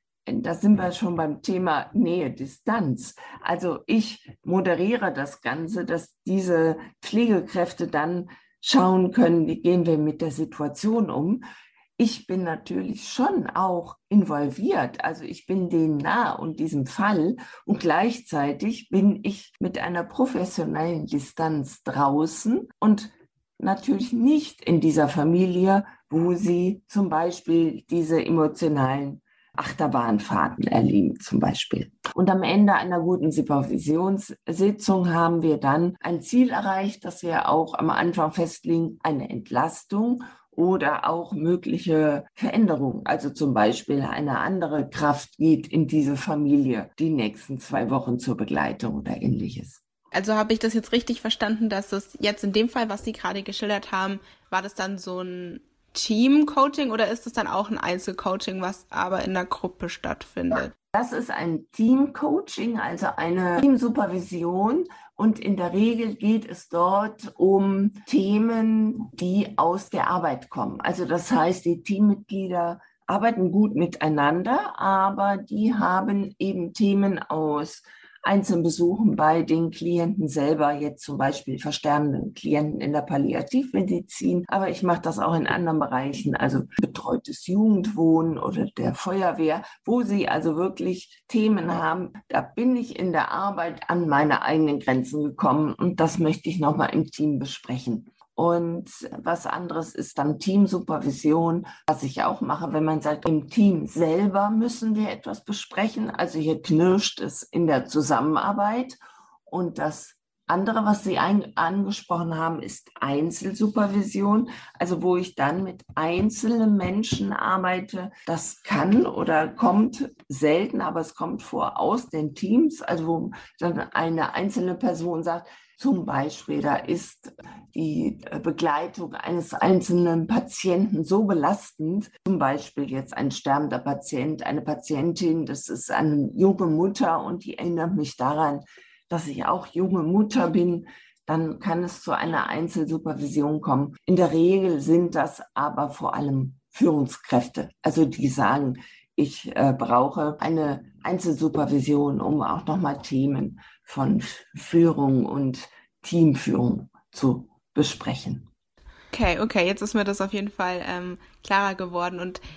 [SPEAKER 7] da sind wir schon beim Thema Nähe, Distanz. Also ich moderiere das Ganze, dass diese Pflegekräfte dann schauen können, wie gehen wir mit der Situation um. Ich bin natürlich schon auch involviert, also ich bin denen nah und diesem Fall und gleichzeitig bin ich mit einer professionellen Distanz draußen und natürlich nicht in dieser Familie, wo sie zum Beispiel diese emotionalen Achterbahnfahrten erleben zum Beispiel. Und am Ende einer guten Supervisionssitzung haben wir dann ein Ziel erreicht, dass wir auch am Anfang festlegen, eine Entlastung oder auch mögliche Veränderungen. Also zum Beispiel eine andere Kraft geht in diese Familie die nächsten 2 Wochen zur Begleitung oder ähnliches.
[SPEAKER 6] Also habe ich das jetzt richtig verstanden, dass es jetzt in dem Fall, was Sie gerade geschildert haben, war das dann so ein Team-Coaching oder ist es dann auch ein Einzelcoaching, was aber in der Gruppe stattfindet?
[SPEAKER 7] Das ist ein Team-Coaching, also eine Teamsupervision. Und in der Regel geht es dort um Themen, die aus der Arbeit kommen. Also das heißt, die Teammitglieder arbeiten gut miteinander, aber die haben eben Themen aus Einzelbesuchen bei den Klienten selber, jetzt zum Beispiel versterbenden Klienten in der Palliativmedizin. Aber ich mache das auch in anderen Bereichen, also betreutes Jugendwohnen oder der Feuerwehr, wo sie also wirklich Themen haben. Da bin ich in der Arbeit an meine eigenen Grenzen gekommen und das möchte ich nochmal im Team besprechen. Und was anderes ist dann Teamsupervision, was ich auch mache, wenn man sagt, im Team selber müssen wir etwas besprechen. Also hier knirscht es in der Zusammenarbeit. Und das andere, was Sie angesprochen haben, ist Einzelsupervision, also wo ich dann mit einzelnen Menschen arbeite. Das kann oder kommt selten, aber es kommt vor aus den Teams, also wo dann eine einzelne Person sagt, zum Beispiel, da ist die Begleitung eines einzelnen Patienten so belastend, zum Beispiel jetzt ein sterbender Patient, eine Patientin, das ist eine junge Mutter und die erinnert mich daran, dass ich auch junge Mutter bin, dann kann es zu einer Einzelsupervision kommen. In der Regel sind das aber vor allem Führungskräfte, also die sagen, ich brauche eine Einzelsupervision, um auch nochmal Themen von Führung und Teamführung zu besprechen.
[SPEAKER 6] Okay, jetzt ist mir das auf jeden Fall klarer geworden. Und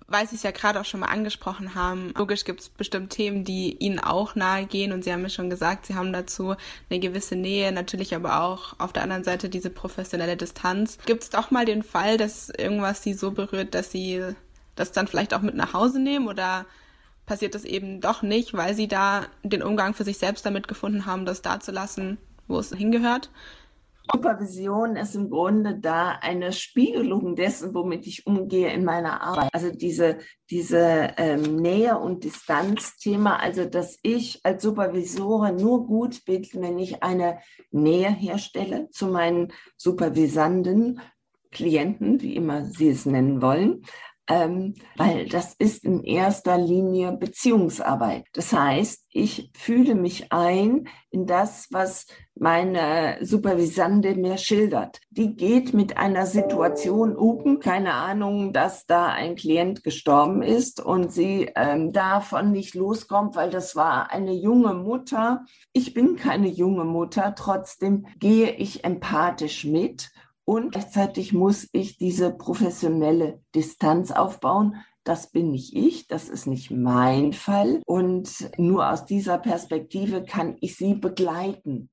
[SPEAKER 6] weil Sie es ja gerade auch schon mal angesprochen haben, logisch gibt es bestimmt Themen, die Ihnen auch nahe gehen und Sie haben ja schon gesagt, Sie haben dazu eine gewisse Nähe, natürlich aber auch auf der anderen Seite diese professionelle Distanz. Gibt es doch mal den Fall, dass irgendwas Sie so berührt, dass Sie das dann vielleicht auch mit nach Hause nehmen oder passiert das eben doch nicht, weil Sie da den Umgang für sich selbst damit gefunden haben, das da zu lassen, wo es hingehört?
[SPEAKER 7] Supervision ist im Grunde da eine Spiegelung dessen, womit ich umgehe in meiner Arbeit. Also diese Nähe- und Distanzthema, also dass ich als Supervisorin nur gut bin, wenn ich eine Nähe herstelle zu meinen supervisanden Klienten, wie immer Sie es nennen wollen. Weil das ist in erster Linie Beziehungsarbeit. Das heißt, ich fühle mich ein in das, was meine Supervisande mir schildert. Die geht mit einer Situation um, keine Ahnung, dass da ein Klient gestorben ist und sie davon nicht loskommt, weil das war eine junge Mutter. Ich bin keine junge Mutter, trotzdem gehe ich empathisch mit. Und gleichzeitig muss ich diese professionelle Distanz aufbauen. Das bin nicht ich, das ist nicht mein Fall. Und nur aus dieser Perspektive kann ich sie begleiten.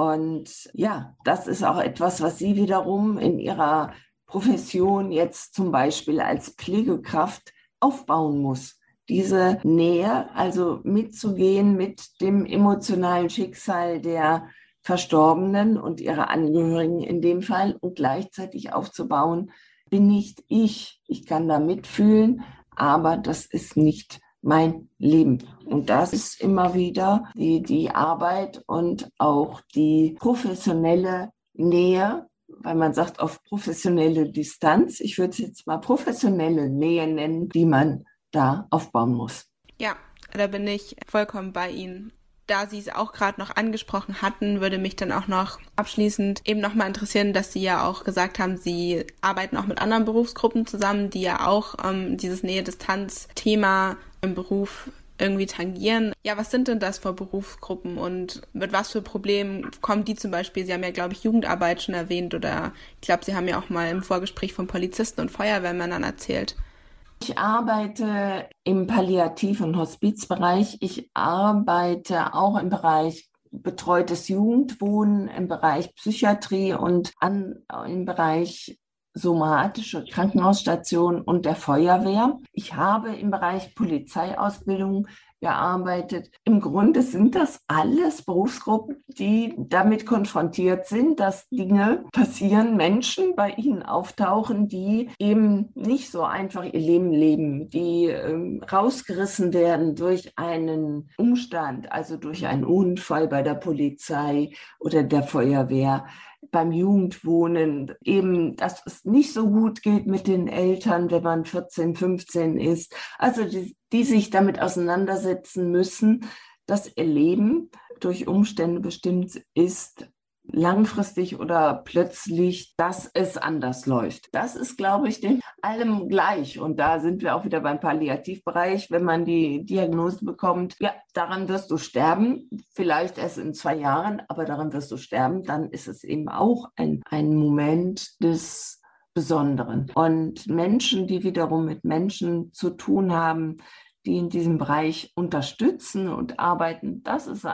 [SPEAKER 7] Und ja, das ist auch etwas, was sie wiederum in ihrer Profession jetzt zum Beispiel als Pflegekraft aufbauen muss. Diese Nähe, also mitzugehen mit dem emotionalen Schicksal der Verstorbenen und ihre Angehörigen in dem Fall und gleichzeitig aufzubauen, bin nicht ich. Ich kann da mitfühlen, aber das ist nicht mein Leben. Und das ist immer wieder die Arbeit und auch die professionelle Nähe, weil man sagt auf professionelle Distanz. Ich würde es jetzt mal professionelle Nähe nennen, die man da aufbauen muss.
[SPEAKER 6] Ja, da bin ich vollkommen bei Ihnen. Da Sie es auch gerade noch angesprochen hatten, würde mich dann auch noch abschließend eben nochmal interessieren, dass Sie ja auch gesagt haben, Sie arbeiten auch mit anderen Berufsgruppen zusammen, die ja auch dieses Nähe-Distanz-Thema im Beruf irgendwie tangieren. Ja, was sind denn das für Berufsgruppen und mit was für Problemen kommen die zum Beispiel? Sie haben ja, glaube ich, Jugendarbeit schon erwähnt oder ich glaube, Sie haben ja auch mal im Vorgespräch von Polizisten und Feuerwehrmännern erzählt.
[SPEAKER 7] Ich arbeite im Palliativ- und Hospizbereich. Ich arbeite auch im Bereich betreutes Jugendwohnen, im Bereich Psychiatrie und im Bereich somatische Krankenhausstation und der Feuerwehr. Ich habe im Bereich Polizeiausbildung gearbeitet. Im Grunde sind das alles Berufsgruppen, die damit konfrontiert sind, dass Dinge passieren, Menschen bei ihnen auftauchen, die eben nicht so einfach ihr Leben leben, die rausgerissen werden durch einen Umstand, also durch einen Unfall bei der Polizei oder der Feuerwehr, beim Jugendwohnen, eben, dass es nicht so gut geht mit den Eltern, wenn man 14, 15 ist. Also die sich damit auseinandersetzen müssen, dass ihr Leben durch Umstände bestimmt ist, langfristig oder plötzlich, dass es anders läuft. Das ist, glaube ich, dem allem gleich. Und da sind wir auch wieder beim Palliativbereich. Wenn man die Diagnose bekommt, ja, daran wirst du sterben, vielleicht erst in 2 Jahren, aber daran wirst du sterben, dann ist es eben auch ein Moment des Besonderen. Und Menschen, die wiederum mit Menschen zu tun haben, die in diesem Bereich unterstützen und arbeiten, das ist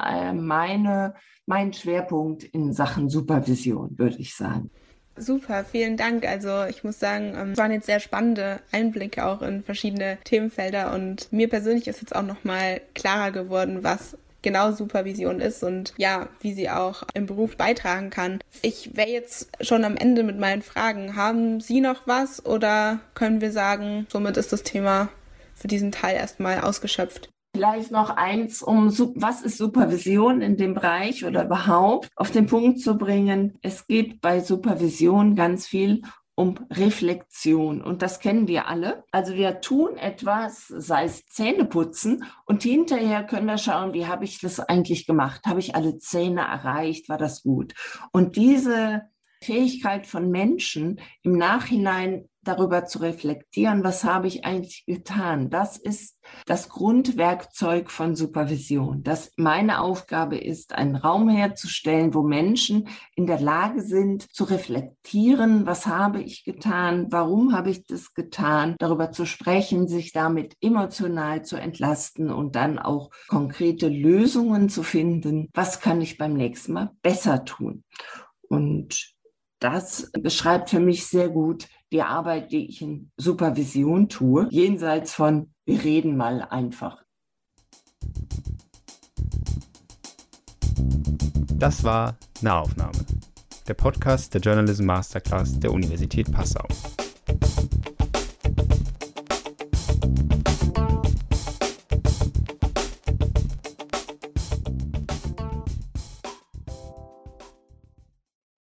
[SPEAKER 7] mein Schwerpunkt in Sachen Supervision, würde ich sagen.
[SPEAKER 6] Super, vielen Dank. Also ich muss sagen, es waren jetzt sehr spannende Einblicke auch in verschiedene Themenfelder und mir persönlich ist jetzt auch nochmal klarer geworden, was genau Supervision ist und ja, wie sie auch im Beruf beitragen kann. Ich wäre jetzt schon am Ende mit meinen Fragen. Haben Sie noch was oder können wir sagen, somit ist das Thema für diesen Teil erstmal ausgeschöpft?
[SPEAKER 7] Vielleicht noch eins, was ist Supervision in dem Bereich oder überhaupt auf den Punkt zu bringen. Es geht bei Supervision ganz viel um Reflexion und das kennen wir alle. Also wir tun etwas, sei es Zähneputzen und hinterher können wir schauen, wie habe ich das eigentlich gemacht? Habe ich alle Zähne erreicht? War das gut? Und diese Fähigkeit von Menschen, im Nachhinein darüber zu reflektieren, was habe ich eigentlich getan. Das ist das Grundwerkzeug von Supervision. Meine Aufgabe ist, einen Raum herzustellen, wo Menschen in der Lage sind, zu reflektieren, was habe ich getan, warum habe ich das getan, darüber zu sprechen, sich damit emotional zu entlasten und dann auch konkrete Lösungen zu finden. Was kann ich beim nächsten Mal besser tun? Und das beschreibt für mich sehr gut die Arbeit, die ich in Supervision tue, jenseits von wir reden mal einfach.
[SPEAKER 8] Das war Nahaufnahme, der Podcast der Journalism Masterclass der Universität Passau.